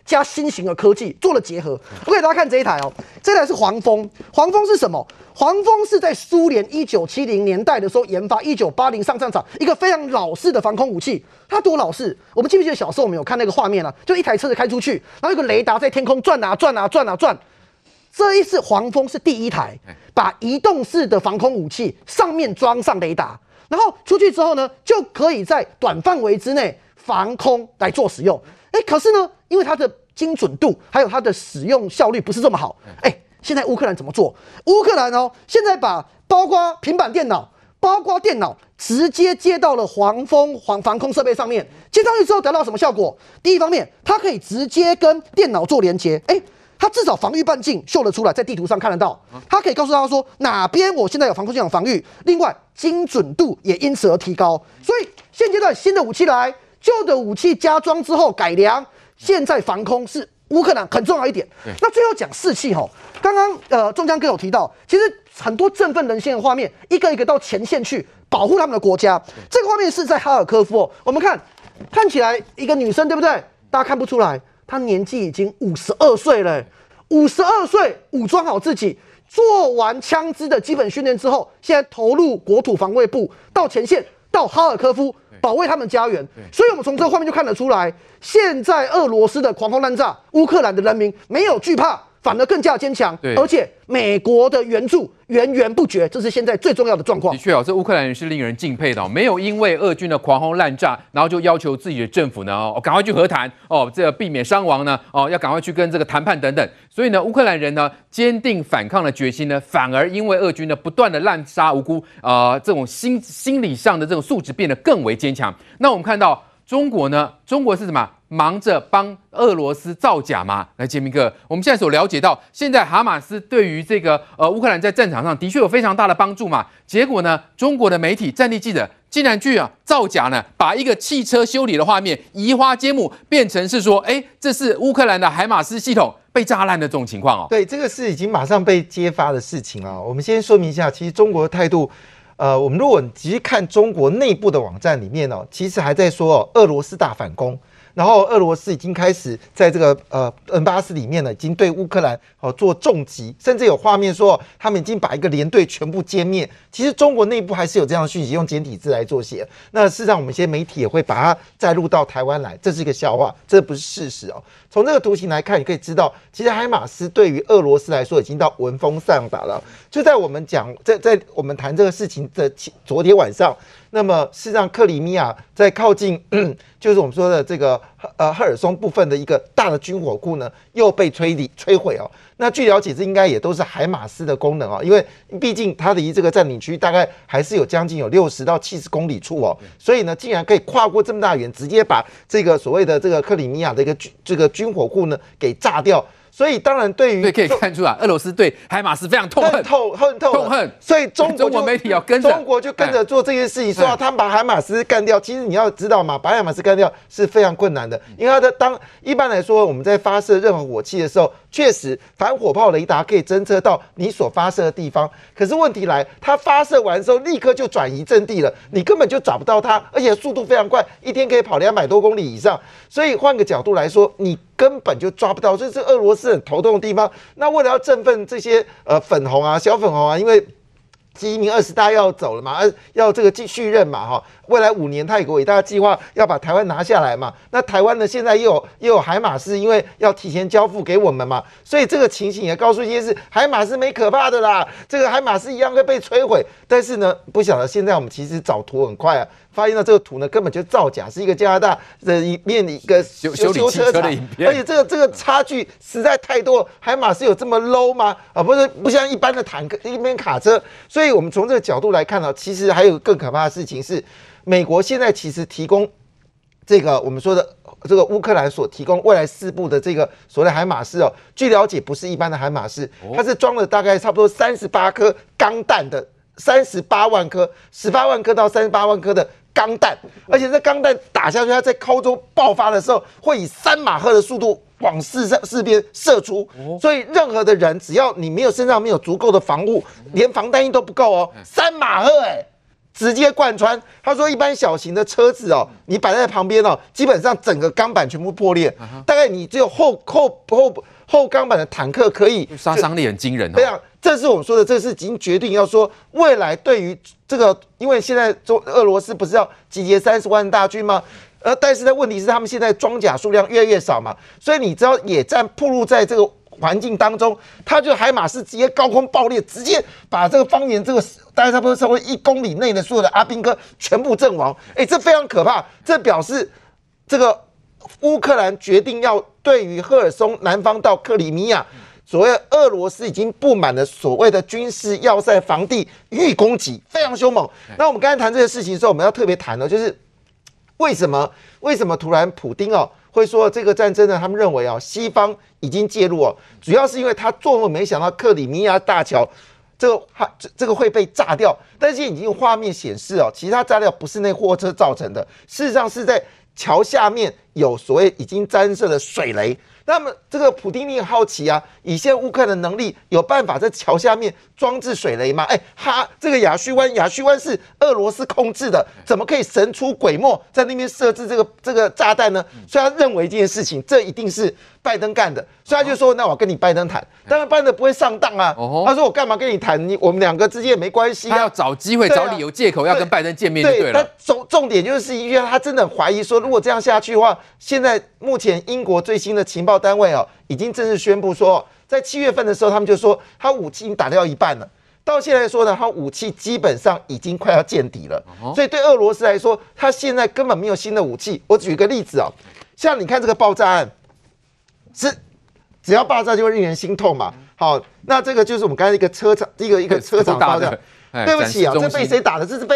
加新型的科技做了结合。我给大家看这一台哦，这台是黄蜂。黄蜂是什么？黄蜂是在苏联1970年代的时候研发，1980上战场一个非常老式的防空武器。它多老式？我们记不记得小时候我们有看那个画面啊？就一台车子开出去，然后有个雷达在天空转啊转啊转啊转。这一次黄蜂是第一台把移动式的防空武器上面装上雷达，然后出去之后呢，就可以在短范围之内防空来做使用。可是呢，因为它的精准度还有它的使用效率不是这么好。现在乌克兰怎么做？乌克兰现在把包括平板电脑、包括电脑直接接到了黄蜂防空设备上面，接上去之后得到什么效果？第一方面，它可以直接跟电脑做连接，它至少防御半径秀得出来，在地图上看得到。它可以告诉大家说哪边我现在有防空系统防御，另外精准度也因此而提高。所以现阶段新的武器来，旧的武器加装之后改良，现在防空是乌克兰很重要一点。那最后讲士气刚刚仲江哥有提到，其实很多振奋人心的画面，一个一个到前线去保护他们的国家。这个画面是在哈尔科夫我们看起来一个女生，对不对？大家看不出来，她年纪已经52岁了。52岁武装好自己，做完枪支的基本训练之后，现在投入国土防卫部到前线，到哈尔科夫保卫他们家园。所以我们从这个画面就看得出来，现在俄罗斯的狂轰滥炸，乌克兰的人民没有惧怕，反而更加坚强，而且美国的援助源源不绝，这是现在最重要的状况。 的确这乌克兰人是令人敬佩的没有因为俄军的狂轰滥炸，然后就要求自己的政府呢赶快去和谈这个避免伤亡呢要赶快去跟这个谈判等等。所以呢，乌克兰人呢坚定反抗的决心呢，反而因为俄军呢不断的滥杀无辜，这种心理上的这种素质变得更为坚强。那我们看到中国呢，中国是什么？忙着帮俄罗斯造假吗？来，杰明哥，我们现在所了解到，现在哈马斯对于这个乌克兰在战场上的确有非常大的帮助嘛。结果呢，中国的媒体战地记者竟然去造假呢，把一个汽车修理的画面移花接木，变成是说，这是乌克兰的海马斯系统被炸烂的这种情况对，这个是已经马上被揭发的事情我们先说明一下，其实中国的态度。我们如果仔细看中国内部的网站里面其实还在说俄罗斯大反攻，然后俄罗斯已经开始在这个恩巴斯里面呢，已经对乌克兰做重击，甚至有画面说他们已经把一个连队全部歼灭。其实中国内部还是有这样的讯息，用简体字来做写。那事实上，我们一些媒体也会把它载入到台湾来，这是一个笑话，这不是事实从这个图形来看，你可以知道，其实海马斯对于俄罗斯来说已经到闻风丧胆了。就在我们在我们谈这个事情的昨天晚上，那么事实上克里米亚在靠近就是我们说的这个赫尔松部分的一个大的军火库呢，又被摧毁那据了解，这应该也都是海马斯的功能因为毕竟它离这个占领区大概还是有将近有60到70公里处所以呢，竟然可以跨过这么大远，直接把这个所谓的这个克里米亚的一个这个军火库呢给炸掉。所以当然对可以看出来，俄罗斯对海马斯非常痛恨， 所以中国媒体要跟着， 中国就跟着做这件事情，说他们把海马斯干掉。其实你要知道嘛，把海马斯干掉是非常困难的，因为一般来说我们在发射任何火器的时候，确实反火炮雷达可以侦测到你所发射的地方，可是问题来，它发射完之后立刻就转移阵地了，你根本就找不到它，而且速度非常快，一天可以跑200多公里以上。所以换个角度来说，你根本就抓不到，这是俄罗斯很头痛的地方。那为了要振奋这些粉红啊、小粉红啊，因为习近平20大要走了嘛，要这个继续任嘛未来5年他有个伟大的计划，要把台湾拿下来嘛。那台湾呢，现在又有海马斯，因为要提前交付给我们嘛，所以这个情形也告诉一件事：海马斯没可怕的啦，这个海马斯一样会被摧毁。但是呢，不晓得现在我们其实找图很快发现到这个图呢根本就造假，是一个加拿大的一个修理汽车的影片， 而且这个差距实在太多了。海马斯有这么 low 吗？不像一般的坦克、一般卡车。所以我们从这个角度来看其实还有更可怕的事情是，美国现在其实提供这个我们说的这个乌克兰所提供未来4部的这个所谓的海马斯据了解不是一般的海马斯，它是装了大概差不多38颗钢弹的38万颗，18万颗到38万颗的钢弹，而且这钢弹打下去，它在空中爆发的时候会以3马赫的速度往四边射出，所以任何的人只要你身上没有足够的防护，连防弹衣都不够3马赫直接贯穿。他说，一般小型的车子哦，你摆在旁边哦，基本上整个钢板全部破裂，大概你只有后钢板的坦克可以， 杀伤力很惊人哦。 对啊，这是我们说的，这是已经决定要说未来对于这个，因为现在俄罗斯不是要集结30万大军吗？但是呢，问题是他们现在装甲数量越来越少嘛，所以你知道野战暴露在这个环境当中，他就海马斯直接高空爆裂，直接把这个方圆这个大概差不多1公里内的所有的阿兵哥全部阵亡。这非常可怕，这表示这个乌克兰决定要对于赫尔松南方到克里米亚，所谓俄罗斯已经布满了所谓的军事要塞防地予以攻击，非常凶猛。那我们刚才谈这个事情的时候，我们要特别谈的就是为什么突然普丁会说这个战争呢？他们认为西方已经介入主要是因为他做梦没想到克里米亚大桥这个会被炸掉，但是已经有画面显示其实它炸掉不是那货车造成的，事实上是在桥下面有所谓已经沾涉的水雷。那么这个普丁你很好奇啊，以现在乌克兰的能力有办法在桥下面装置水雷吗？这个亚须湾是俄罗斯控制的，怎么可以神出鬼没在那边设置这个炸弹呢？所以他认为这件事情这一定是拜登干的，所以他就说那我跟你拜登谈，当然拜登不会上当啊。他说我干嘛跟你谈？我们两个之间也没关系啊。 他要找机会、找理由、借口要跟拜登见面就对了。 重点就是因为他真的怀疑说，如果这样下去的话，现在目前英国最新的情报单位已经正式宣布说，在7月份的时候，他们就说他武器已经打掉一半了。到现在说呢，他武器基本上已经快要见底了，所以对俄罗斯来说，他现在根本没有新的武器。我举个例子像你看这个爆炸案，是只要爆炸就会令人心痛嘛。好，那这个就是我们刚才一个车厂，一个车厂爆炸。对不起这被谁打的？这是被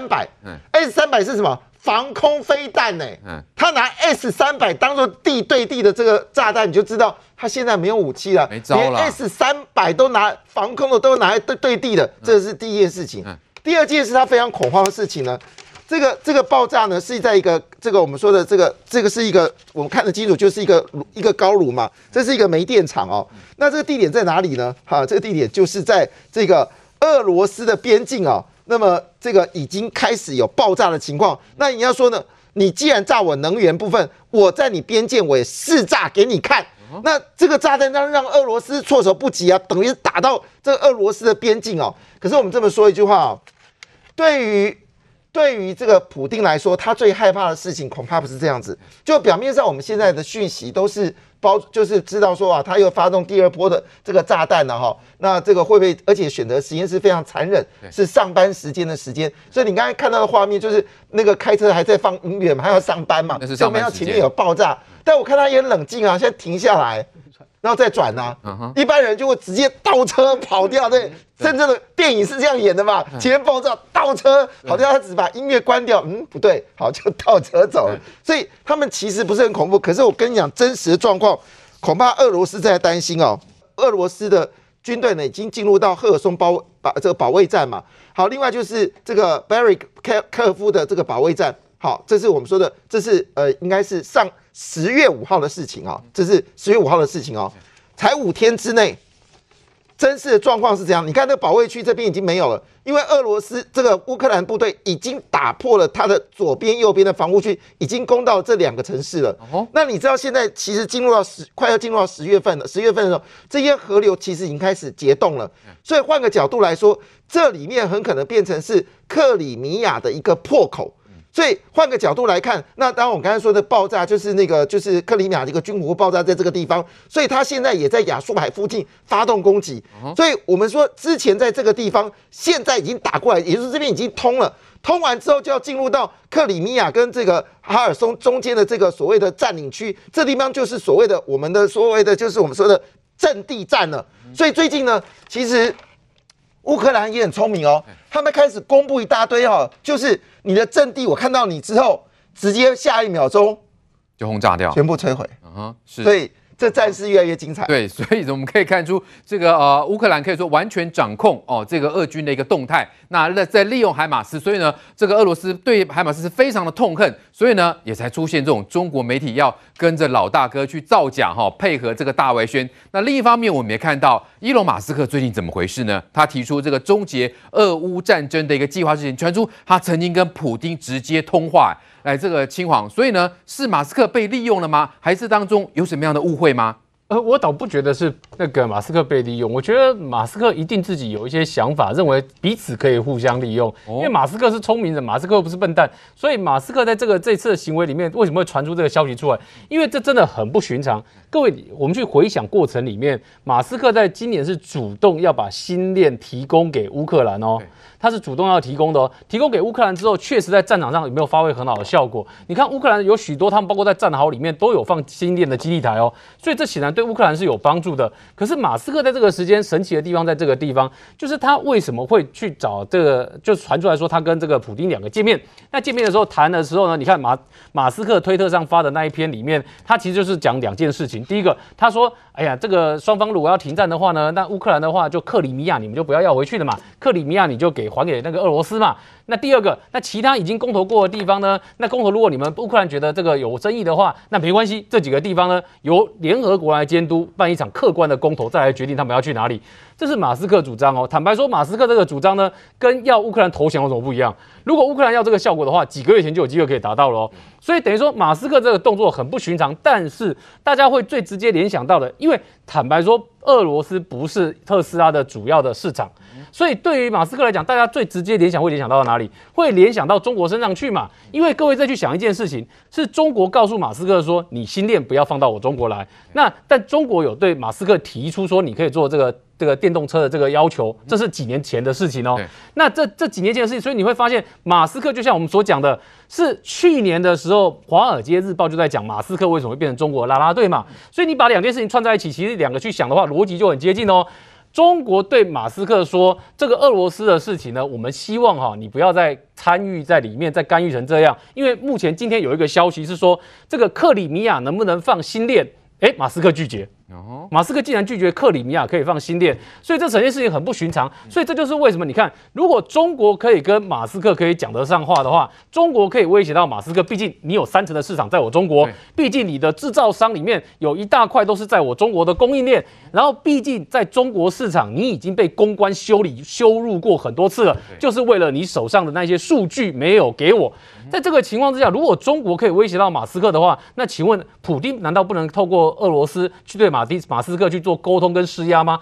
S300。S300是什么？防空飞弹他拿 S300当做地对地的这个炸弹，你就知道他现在没有武器了， 没招了。 连 S300都拿防空的，都拿来对地的，这是第一件事情。第二件是他非常恐慌的事情呢。这个爆炸呢是在一个我们说的这个是一个我们看得清楚，就是一个高炉嘛，这是一个煤电厂那这个地点在哪里呢？这个地点就是在这个俄罗斯的边境那么这个已经开始有爆炸的情况。那你要说呢？你既然炸我能源部分，我在你边界我也试炸给你看。那这个炸弹让俄罗斯措手不及等于打到这个俄罗斯的边境可是我们这么说一句话对于这个普丁来说，他最害怕的事情恐怕不是这样子。就表面上我们现在的讯息都是就是知道说他又发动第二波的这个炸弹了那这个会不会？而且选择时间是非常残忍，是上班时间的时间。所以你刚才看到的画面就是那个开车还在放音乐嘛，还要上班嘛， 那是上班时间。 前面有爆炸，但我看他也很冷静现在停下来。然后再转一般人就会直接倒车跑掉。对，真正的电影是这样演的嘛？前面爆炸，倒车跑掉，他只把音乐关掉，不对，好就倒车走了。所以他们其实不是很恐怖，可是我跟你讲，真实的状况，恐怕俄罗斯在担心俄罗斯的军队呢已经进入到赫尔松这个保卫战嘛。好，另外就是这个 Barry 科夫的这个保卫战。好，这是我们说的，这是应该是上10月5号的事情这是10月5号的事情才5天之内，真实的状况是这样。你看那个保卫区这边已经没有了，因为俄罗斯这个乌克兰部队已经打破了它的左边、右边的防护区，已经攻到这2个城市了。那你知道现在其实快要进入到10月份了，10月份的时候，这些河流其实已经开始结冻了。所以换个角度来说，这里面很可能变成是克里米亚的一个破口。所以换个角度来看，那当然我们刚才说的爆炸就是就是克里米亚的一个军火爆炸在这个地方，所以他现在也在亚速海附近发动攻击。所以我们说之前在这个地方，现在已经打过来，也就是这边已经通了。通完之后就要进入到克里米亚跟这个哈尔松中间的这个所谓的占领区，这地方就是所谓的我们说的阵地战了。所以最近呢，其实乌克兰也很聪明他们开始公布一大堆就是你的阵地，我看到你之后，直接下1秒钟就轰炸掉， 全部摧毁。 是。 所以这战事越来越精彩。 对，所以我们可以看出，这个乌克兰可以说完全掌控这个俄军的一个动态。那在利用海马斯，所以呢，这个俄罗斯对海马斯是非常的痛恨，所以呢，也才出现这种中国媒体要跟着老大哥去造假配合这个大外宣。那另一方面，我们也看到伊隆马斯克最近怎么回事呢？他提出这个终结俄乌战争的一个计划之前，传出他曾经跟普丁直接通话。来这个亲黄，所以呢，是马斯克被利用了吗？还是当中有什么样的误会吗？ 我倒不觉得是那个马斯克被利用，我觉得马斯克一定自己有一些想法，认为彼此可以互相利用。因为马斯克是聪明人，马斯克又不是笨蛋，所以马斯克在这次的行为里面，为什么会传出这个消息出来？因为这真的很不寻常。各位，我们去回想过程里面，马斯克在今年是主动要把星链提供给乌克兰哦。他是主动要提供的哦，提供给乌克兰之后，确实在战场上有没有发挥很好的效果？你看乌克兰有许多，他们包括在战壕里面都有放星链的基地台哦，所以这显然对乌克兰是有帮助的。可是马斯克在这个时间神奇的地方在这个地方，就是他为什么会去找这个，就传出来说他跟这个普丁两个见面。那见面的时候谈的时候呢，你看马斯克推特上发的那一篇里面，他其实就是讲两件事情。第一个，他说，哎呀，这个双方如果要停战的话呢，那乌克兰的话就克里米亚你们就不要回去了嘛，克里米亚你就还给那个俄罗斯嘛。那第二个，那其他已经公投过的地方呢？那公投如果你们乌克兰觉得这个有争议的话，那没关系，这几个地方呢由联合国来监督，办一场客观的公投，再来决定他们要去哪里。这是马斯克主张哦。坦白说，马斯克这个主张呢，跟要乌克兰投降有什么不一样？如果乌克兰要这个效果的话，几个月前就有机会可以达到了哦。所以等于说，马斯克这个动作很不寻常，但是大家会最直接联想到的，因为坦白说，俄罗斯不是特斯拉的主要的市场，所以对于马斯克来讲，大家最直接联想会联想到哪里？会联想到中国身上去嘛？因为各位再去想一件事情，是中国告诉马斯克说，你星链不要放到我中国来。那但中国有对马斯克提出说，你可以做这个电动车的这个要求，这是几年前的事情哦。那这几年前的事情，所以你会发现，马斯克就像我们所讲的，是去年的时候，《华尔街日报》就在讲马斯克为什么会变成中国的啦啦队嘛。所以你把两件事情串在一起，其实两个去想的话，逻辑就很接近哦。中国对马斯克说，这个俄罗斯的事情呢，我们希望你不要再参与在里面，再干预成这样。因为目前今天有一个消息是说，这个克里米亚能不能放星链？马斯克拒绝。马斯克竟然拒绝克里米亚可以放星链，所以这整件事情很不寻常。所以这就是为什么你看，如果中国可以跟马斯克可以讲得上话的话，中国可以威胁到马斯克。毕竟你有30%的市场在我中国，毕竟你的制造商里面有一大块都是在我中国的供应链，然后毕竟在中国市场你已经被公关修入过很多次了，就是为了你手上的那些数据没有给我。在这个情况之下，如果中国可以威胁到马斯克的话，那请问普丁难道不能透过俄罗斯去对马斯克去做沟通跟施压吗？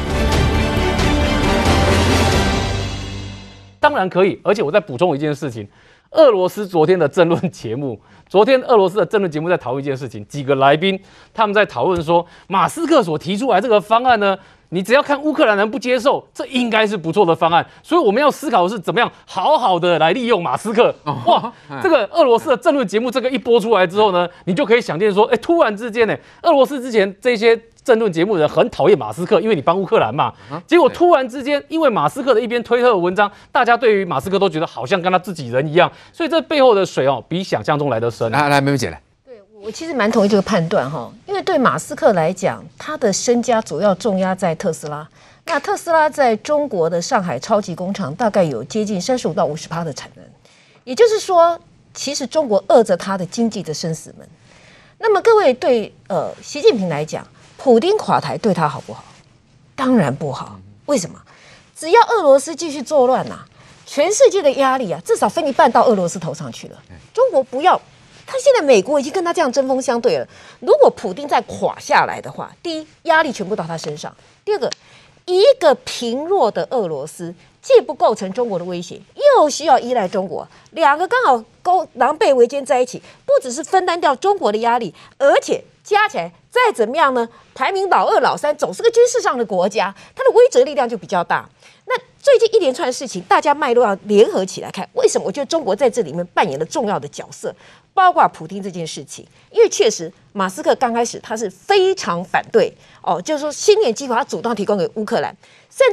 当然可以，而且我再补充一件事情，俄罗斯昨天的政论节目，俄罗斯的政论节目在讨论一件事情，几个来宾他们在讨论说，马斯克所提出来这个方案呢，你只要看乌克兰人不接受，这应该是不错的方案，所以我们要思考的是怎么样好好的来利用马斯克。哇，这个俄罗斯的政论节目这个一播出来之后呢，你就可以想见说，突然之间呢，俄罗斯之前这些政论节目的人很讨厌马斯克，因为你帮乌克兰嘛，结果突然之间，因为马斯克的一篇推特的文章，大家对于马斯克都觉得好像跟他自己人一样，所以这背后的水比想象中来得深。 来，妹妹姐来。 我其实蛮同意这个判断哈，因为对马斯克来讲，他的身家主要重压在特斯拉。那特斯拉在中国的上海超级工厂大概有接近35%到50%的产能，也就是说，其实中国扼着他的经济的生死门。那么各位对习近平来讲，普丁垮台对他好不好？当然不好。为什么？只要俄罗斯继续作乱全世界的压力至少分一半到俄罗斯头上去了。中国不要。他现在美国已经跟他这样针锋相对了。如果普丁再垮下来的话，第一，压力全部到他身上；第二个，一个贫弱的俄罗斯既不构成中国的威胁，又需要依赖中国，两个刚好狼狈为奸在一起，不只是分担掉中国的压力，而且加起来再怎么样呢？排名老2、老3，总是个军事上的国家，它的威慑力量就比较大。那最近一连串的事情，大家脉络要联合起来看，为什么？我觉得中国在这里面扮演了重要的角色，包括普丁这件事情，因为确实马斯克刚开始他是非常反对就是说星链计划他主动提供给乌克兰，甚至于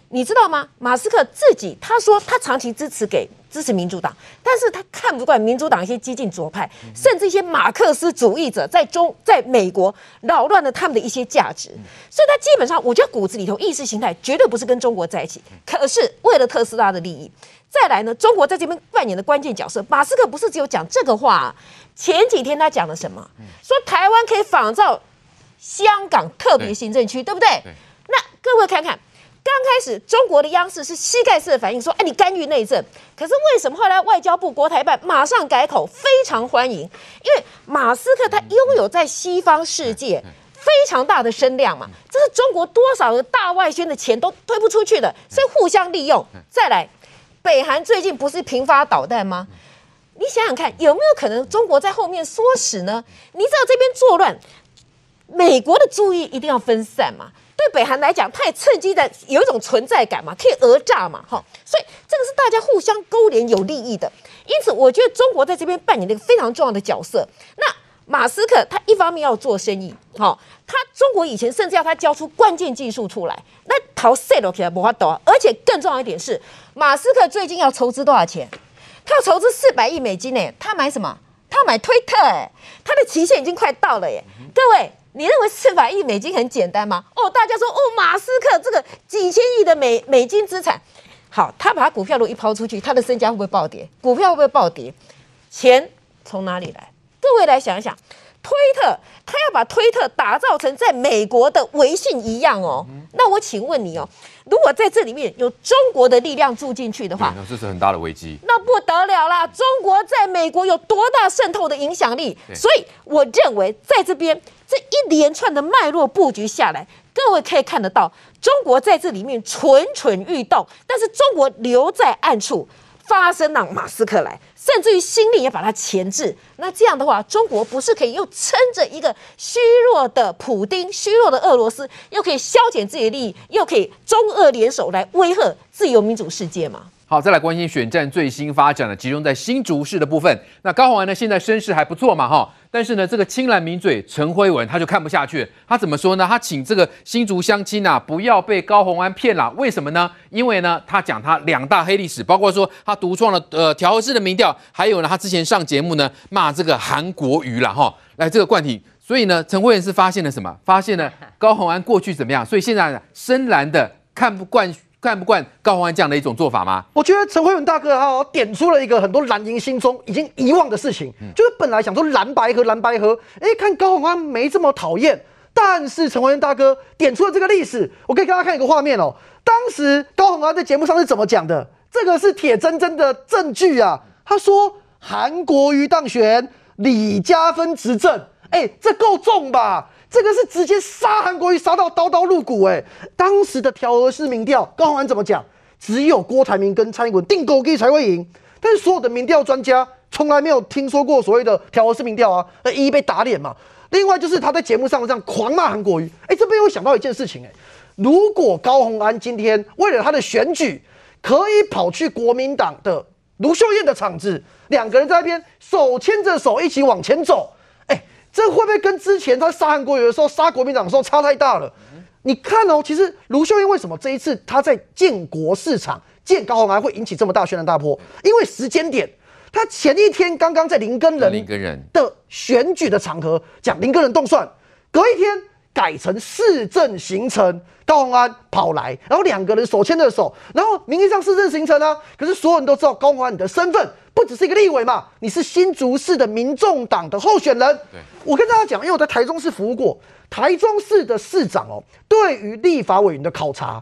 你知道吗？马斯克自己他说他长期支持民主党，但是他看不惯民主党一些激进左派，甚至一些马克思主义者在美国扰乱了他们的一些价值，所以他基本上我觉得骨子里头意识形态绝对不是跟中国在一起，可是为了特斯拉的利益。再来呢，中国在这边扮演的关键角色，马斯克不是只有讲这个话啊，前几天他讲了什么？说台湾可以仿照香港特别行政区，对不对？那各位看看。刚开始，中国的央视是膝盖式的反应，说：“哎，你干预内政。”可是为什么后来外交部国台办马上改口，非常欢迎？因为马斯克他拥有在西方世界非常大的声量嘛，这是中国多少个大外宣的钱都推不出去的，所以互相利用。再来，北韩最近不是频发导弹吗？你想想看，有没有可能中国在后面唆使呢？你知道这边作乱，美国的注意一定要分散嘛。对北韩来讲，他也趁机在有一种存在感嘛，可以讹诈嘛，所以这个是大家互相勾连有利益的。因此，我觉得中国在这边扮演了一个非常重要的角色。那马斯克他一方面要做生意，他中国以前甚至要他交出关键技术出来，那逃税都起来没法抖啊。而且更重要一点是，马斯克最近要筹资多少钱？他要筹资400亿美金呢。他买什么？他要买推特他的期限已经快到了耶，各位。你认为400亿美金很简单吗？大家说马斯克这个几千亿的美金资产，好，他把他股票如果一抛出去，他的身家会不会暴跌？股票会不会暴跌？钱从哪里来？各位来想一想，推特他要把推特打造成在美国的微信一样那我请问你如果在这里面有中国的力量住进去的话， 那这是很大的危机， 那不得了啦！中国在美国有多大渗透的影响力？所以我认为在这边这一连串的脉络布局下来，各位可以看得到，中国在这里面蠢蠢欲动，但是中国留在暗处。发声让马斯克来，甚至于心力也把它钳制。那这样的话，中国不是可以又撑着一个虚弱的普丁、虚弱的俄罗斯，又可以消减自己的利益，又可以中俄联手来威吓自由民主世界吗？ 好，再来关心选战最新发展了，集中在新竹市的部分。那高虹安呢，现在声势还不错嘛，但是呢，这个青蓝名嘴陈辉文他就看不下去，他怎么说呢？他请这个新竹乡亲不要被高虹安骗了。为什么呢？因为呢，他讲他2大黑历史，包括说他独创了调和式的民调，还有呢，他之前上节目呢骂这个韩国瑜啦，来这个冠廷。所以呢，陈辉文是发现了什么？发现了高虹安过去怎么样？所以现在深蓝的看不惯高虹安这样的一种做法吗？ 我觉得陈辉文大哥他点出了一个很多蓝营心中已经遗忘的事情，就是本来想说蓝白合，看高虹安没这么讨厌，但是陈辉文大哥点出了这个历史，我可以给大家看一个画面当时高虹安在节目上是怎么讲的？这个是铁铮铮的证据啊！他说韩国瑜当选，李嘉芬执政，这够重吧？这个是直接杀韩国瑜，杀到刀刀入骨当时的调和式民调，高虹安怎么讲？只有郭台铭跟蔡英文定勾机才会赢，但是所有的民调专家从来没有听说过所谓的调和式民调啊，一一被打脸嘛。另外就是他在节目上这样狂骂韩国瑜，这边我想到一件事情如果高虹安今天为了他的选举，可以跑去国民党的卢秀燕的场子，2个人在那边手牵着手一起往前走。这会不会跟之前他杀韩国瑜的时候、杀国民党的时候差太大了？你看其实卢秀燕为什么这一次他在建国市场见高虹安会引起这么大轩然大波？因为时间点，他前一天刚刚在林耕仁的选举的场合讲林耕仁动算，隔一天改成市政行程，高虹安跑来，然后2个人手牵着手，然后名义上市政行程啊，可是所有人都知道高虹安你的身份不只是一个立委嘛，你是新竹市的民众党的候选人。我跟大家讲，因为我在台中市服务过，台中市的市长对于立法委员的考察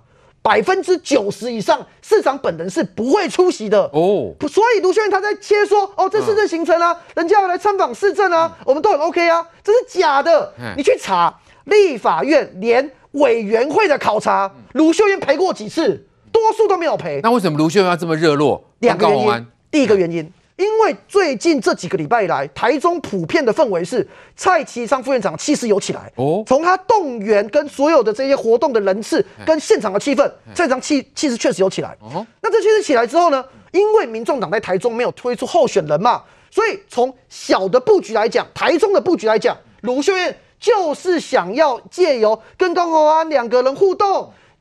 ，90%以上市长本人是不会出席的所以卢秀燕他在切说这市政行程啊，人家要来参访市政啊，我们都很 OK 啊，这是假的。你去查立法院连委员会的考察，卢秀燕赔过几次？多数都没有赔。 那为什么卢秀燕要这么热络 ？2个原因。第一个原因，因为最近这几个礼拜以来，台中普遍的氛围是蔡其昌副院长气势有起来从他动员跟所有的这些活动的人次跟现场的气氛，蔡其昌气势确实有起来那这气势起来之后呢，因为民众党在台中没有推出候选人嘛，所以从小的布局来讲，台中的布局来讲，卢秀燕就是想要借由跟高虹安2个人互动，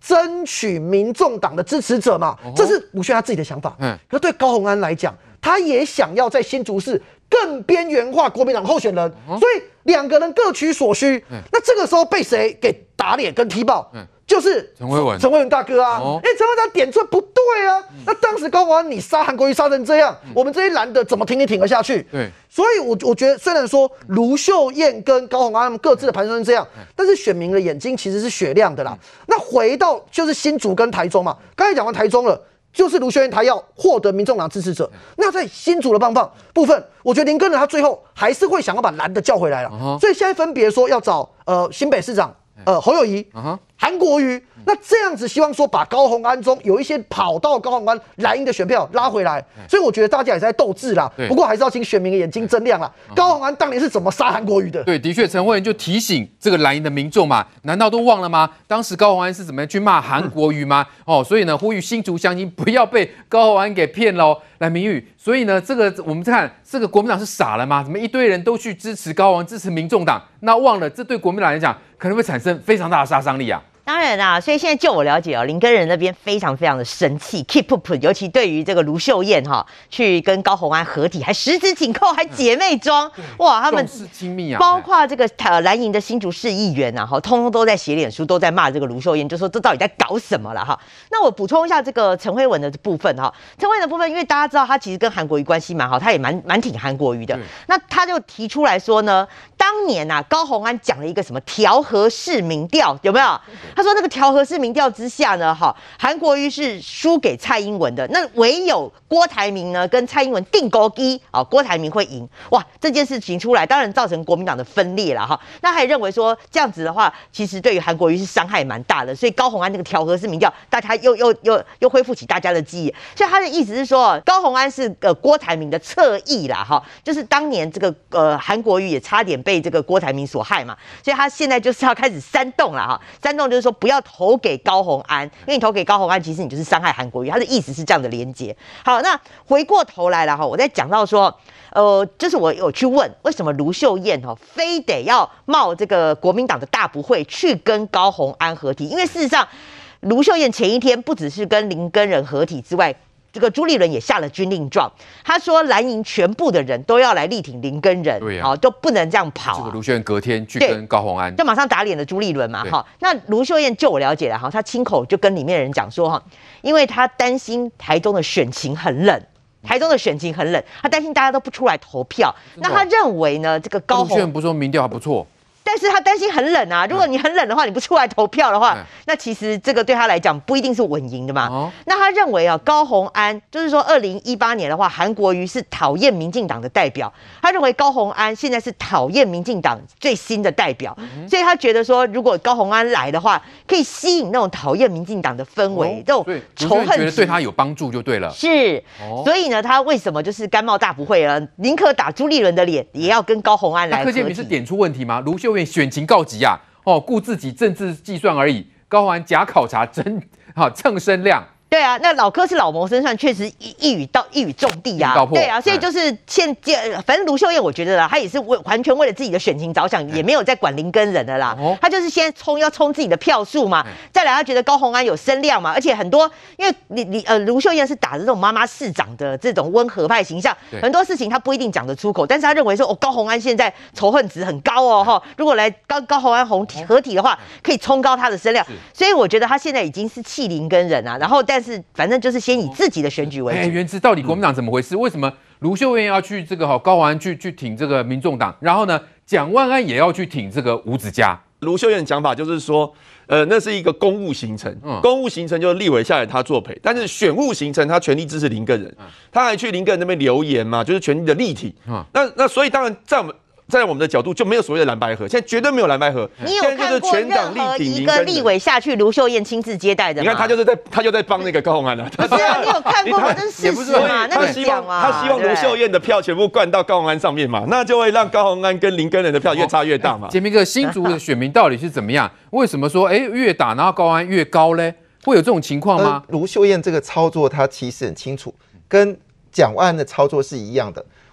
争取民众党的支持者嘛，这是卢秀燕他自己的想法。可是对高虹安来讲，他也想要在新竹市更边缘化国民党候选人，所以两个人各取所需。那这个时候被谁给打脸跟踢爆？就是陈慧文大哥啊，因为陈慧文他点出来不对啊，那当时高虹安你杀韩国瑜杀成这样，我们这些蓝的怎么挺你挺得下去？ 对， 所以我觉得虽然说卢秀燕跟高虹安他们各自的盘算是这样，但是选民的眼睛其实是雪亮的啦。那回到就是新竹跟台中嘛，刚才讲完台中了。就是卢秀燕她要获得民众党支持者，那在新竹的部分，我觉得林耕仁他最后还是会想要把蓝的叫回来了，所以现在分别说要找新北市长侯友宜、韩国瑜，那这样子希望说把高虹安中有一些跑到高虹安蓝营的选票拉回来，所以我觉得大家也是在斗智啦。不过还是要请选民的眼睛睁亮啦。高虹安当年是怎么杀韩国瑜的？ 对，的确，陈慧文就提醒这个蓝营的民众嘛，难道都忘了吗？当时高虹安是怎么样去骂韩国瑜吗？所以呢，呼吁新竹乡亲不要被高虹安给骗喽。来，明宇，所以呢，这个我们看这个国民党是傻了吗？怎么一堆人都去支持高虹安，支持民众党，那忘了这对国民党来讲可能会产生非常大的杀伤力啊。 当然啦，所以现在就我了解哦，林耕仁那边非常非常的生气 ，keep up， 尤其对于这个卢秀燕去跟高虹安合体，还十指紧扣，还姐妹装，哇，他们是亲密啊， 包括这个蓝营的新竹市议员啊，通通都在写脸书，都在骂这个卢秀燕，就说这到底在搞什么了哈。那我补充一下这个陈慧文的部分哈，陈慧文的部分，因为大家知道他其实跟韩国瑜关系蛮好，他也蛮挺韩国瑜的，那他就提出来说呢，当年啊高虹安讲了一个什么调和式民调，有没有？他说那个调和式民调之下呢，韩国瑜是输给蔡英文的，那唯有郭台铭呢跟蔡英文定勾机，郭台铭会赢。哇，这件事情出来，当然造成国民党的分裂了哈。那他也认为说这样子的话，其实对于韩国瑜是伤害蛮大的，所以高虹安那个调和式民调，大家又恢复起大家的记忆。所以他的意思是说，高虹安是郭台铭的侧翼啦哈，就是当年这个韩国瑜也差点被这个郭台铭所害嘛，所以他现在就是要开始煽动了哈，煽动就是说不要投给高虹安，因为你投给高虹安，其实你就是伤害韩国瑜。他的意思是这样的连结。好，那回过头来了哈，我在讲到说，就是我有去问为什么卢秀燕非得要冒这个国民党的大不讳去跟高虹安合体，因为事实上卢秀燕前一天不只是跟林耕仁合体之外，这个朱立伦也下了军令状，他说蓝营全部的人都要来力挺林耕仁， 对啊， 都不能这样跑。 这个卢秀燕隔天去跟高虹安， 就马上打脸了朱立伦嘛，那卢秀燕就我了解了他亲口就跟里面的人讲说因为他担心台中的选情很冷。台中的选情很冷，他担心大家都不出来投票。那他认为呢，这个高虹卢秀燕不说民调还不错， 但是他担心很冷啊。如果你很冷的话，你不出来投票的话，那其实这个对他来讲不一定是稳赢的嘛。那他认为高虹安就是说，2018年的话，韩国瑜是讨厌民进党的代表，他认为高虹安现在是讨厌民进党最新的代表，所以他觉得说，如果高虹安来的话，可以吸引那种讨厌民进党的氛围，这种仇恨， 觉得对他有帮助就对了。 是，所以呢，他为什么就是甘冒大不讳了，宁可打朱立伦的脸，也要跟高虹安来合体？ 柯建铭是点出问题吗？卢秀燕选情告急啊，顾自己政治计算而已。高虹安假考察蹭声量。 对啊，那老柯是老谋深算，确实一语中的啊。对啊，所以就是反正卢秀燕，我觉得啦，他也是完全为了自己的选情着想，也没有在管林耕仁的啦。他就是先要冲自己的票数嘛，再来他觉得高虹安有声量嘛，而且很多因为卢秀燕是打着这种妈妈市长的这种温和派形象，很多事情他不一定讲得出口，但是他认为说高虹安现在仇恨值很高哦，如果来高虹安合体的话，可以冲高他的声量，所以我觉得他现在已经是弃林耕仁啊，然后但是反正就是先以自己的选举为主。 原之到底国民党怎么回事？为什么卢秀燕要去这个高虹安去挺这个民众党，然后呢，蒋万安也要去挺这个吴子嘉？ 卢秀燕的讲法就是说，那是一个公务行程，公务行程就是立委下来他作陪，但是选务行程他全力支持林耕仁，他还去林耕仁那边留言嘛，就是全力的力挺。那所以当然在我们的角度就没有所谓的蓝白合，现在绝对没有蓝白合。 你有看过任何一个立委下去卢秀燕亲自接待的吗？ 你看他就在帮那个高虹安了。 不是啊，你有看过吗？这是事实嘛？那你讲嘛。 他希望卢秀燕的票全部灌到高虹安上面嘛，那就会让高虹安跟林耕仁的票越差越大嘛。 杰明哥，新竹的选民到底是怎么样？为什么说越打然后高虹安越高嘞？会有这种情况吗？ 卢秀燕这个操作，她其实很清楚，跟蒋万安的操作是一样的。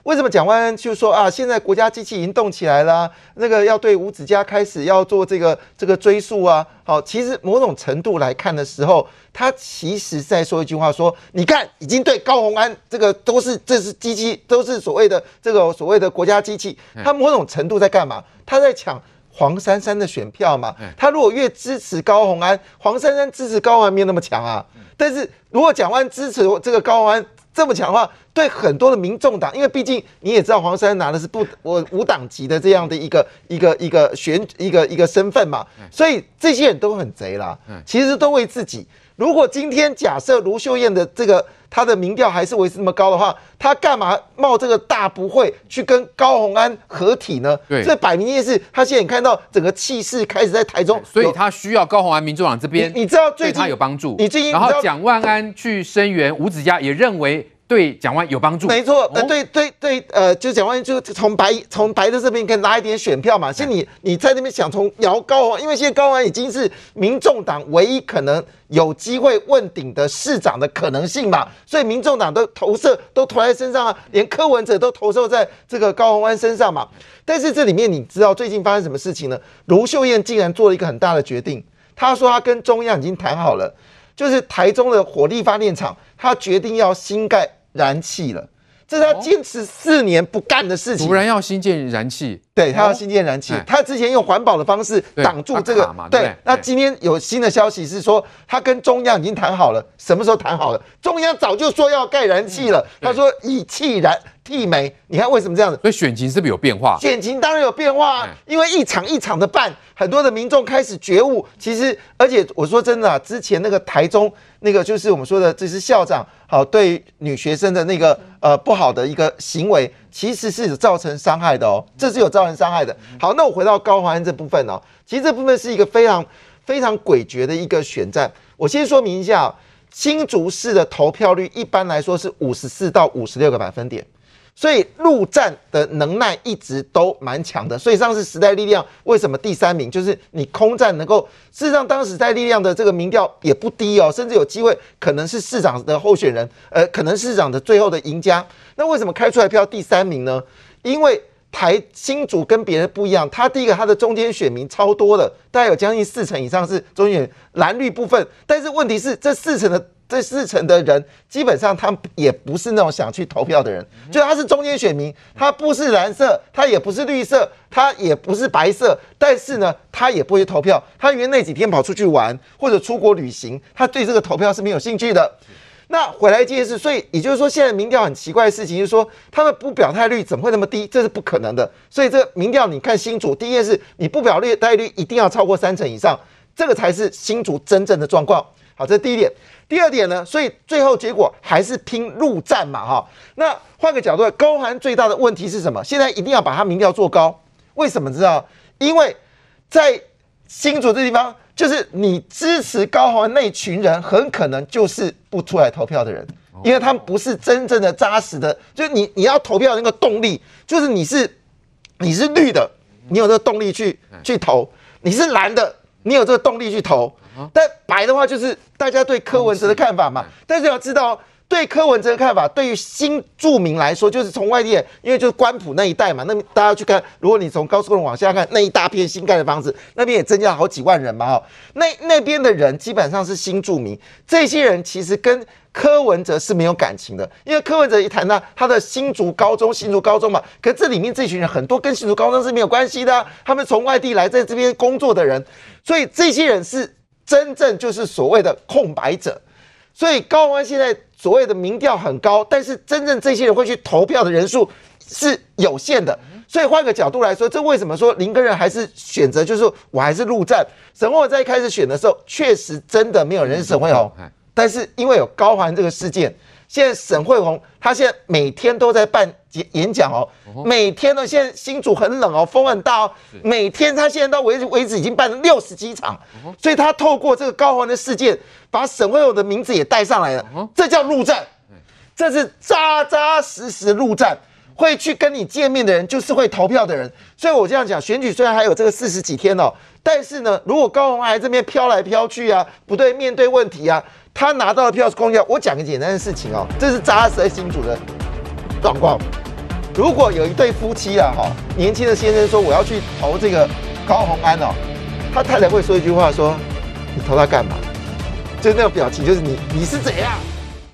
为什么蒋万安就说啊，现在国家机器已经动起来了，那个要对吴子嘉开始要做这个追诉啊？好，其实某种程度来看的时候，他其实在说一句话说，你看已经对高虹安这是机器，都是所谓的这个所谓的国家机器，他某种程度在干嘛？他在抢黄珊珊的选票嘛。他如果越支持高虹安，黄珊珊支持高虹安没有那么强啊。但是如果蒋万安支持这个高虹安这么强的话，对很多的民众党，因为毕竟你也知道黄珊珊拿的是无党籍的这样的一个身份嘛，所以这些人都很贼啦，其实都为自己。如果今天假设卢秀燕的她的民调还是维持那么高的话，她干嘛冒这个大不讳去跟高虹安合体呢？ 对， 这摆明也是她现在看到整个气势开始在台中， 所以她需要高虹安民众党这边， 你知道最近对她有帮助。 你最近然后蒋万安去声援吴子嘉，也认为对蒋万安有帮助。 没错，就蒋万安就从白的这边可以拉一点选票嘛。现在你在那边想从摇高虹安，因为现在高虹安已经是民众党唯一可能有机会问鼎的市长的可能性嘛，所以民众党都投在身上啊，连柯文哲都投射在这个高虹安身上嘛。但是这里面你知道最近发生什么事情呢？卢秀燕竟然做了一个很大的决定，她说她跟中央已经谈好了，就是台中的火力发电厂，她决定要新盖燃气了，这是他坚持4年不干的事情。 突然要新建燃气， 对，他要新建燃气，他之前用环保的方式挡住这个嘛， 对。那今天有新的消息是说，他跟中央已经谈好了，什么时候谈好了？中央早就说要盖燃气了，他说以气替煤，你看为什么这样子？ 所以选情是不是有变化？ 选情当然有变化啊，因为一场一场的办，很多的民众开始觉悟。其实，而且我说真的啊，之前那个台中那个就是我们说的，这是校长对女学生的那个不好的一个行为，其实是有造成伤害的哦，这是有造成伤害的。好，那我回到高虹安这部分哦，其实这部分是一个非常非常诡谲的一个选战。我先说明一下，新竹市的投票率一般来说是54到56个百分点。所以陆战的能耐一直都蛮强的，所以上次时代力量为什么第3名，就是你空战能够，事实上当时时代力量的这个民调也不低哦，甚至有机会可能是市长的候选人，可能市长的最后的赢家。那为什么开出来票第3名呢？因为新竹跟别人不一样，他第一个他的中间选民超多的，大概有将近40%以上是中间蓝绿部分，但是问题是这4成的人，基本上他也不是那种想去投票的人，就他是中间选民，他不是蓝色，他也不是绿色，他也不是白色，但是呢，他也不会投票，他因为那几天跑出去玩或者出国旅行，他对这个投票是没有兴趣的。那回来这件事，所以也就是说，现在民调很奇怪的事情就是说，他们不表态率怎么会那么低？这是不可能的。所以这个民调，你看新竹，第一件事，你不表态率一定要超过3成以上，这个才是新竹真正的状况。好，这是第一点。第二点呢，所以最后结果还是拼陆战嘛，哈。那换个角度，高虹安最大的问题是什么？现在一定要把他民调做高，为什么知道？因为在新竹这地方，就是你支持高虹安那群人，很可能就是不出来投票的人，因为他们不是真正的扎实的，就是你要投票的那个动力，就是你是绿的，你有这个动力去投；你是蓝的，你有这个动力去投。但白的话就是大家对柯文哲的看法嘛，但是要知道，对柯文哲的看法，对于新住民来说，就是从外地，因为就是关埔那一带嘛，那大家去看，如果你从高速公路往下看，那一大片新盖的房子，那边也增加了好几万人嘛，那边的人基本上是新住民，这些人其实跟柯文哲是没有感情的，因为柯文哲一谈到他的新竹高中嘛，可这里面这群人很多跟新竹高中是没有关系的啊，他们从外地来在这边工作的人，所以这些人是真正就是所谓的空白者。所以高虹安现在所谓的民调很高，但是真正这些人会去投票的人数是有限的。所以换个角度来说，这为什么说林耕仁还是选择就是我还是陆战？沈慧虹在一开始选的时候，确实真的没有人是沈慧虹，但是因为有高虹安这个事件，现在沈慧虹她现在每天都在办演讲哦，每天呢，现在新竹很冷哦，风很大哦，每天她现在到为止已经办了60几场，所以她透过这个高虹安的事件，把沈慧虹的名字也带上来了，这叫陆战，这是扎扎实实陆战。会去跟你见面的人，就是会投票的人。所以我这样讲，选举虽然还有这个40几天哦，但是呢，如果高虹安这边飘来飘去啊，不对，面对问题啊，他拿到的票是公票。我讲个简单的事情哦，这是扎实在新竹的状况。 如果有一对夫妻啊，哈，年轻的先生说我要去投这个高虹安哦，他太太会说一句话说，你投他干嘛？就是那个表情，就是你是怎样？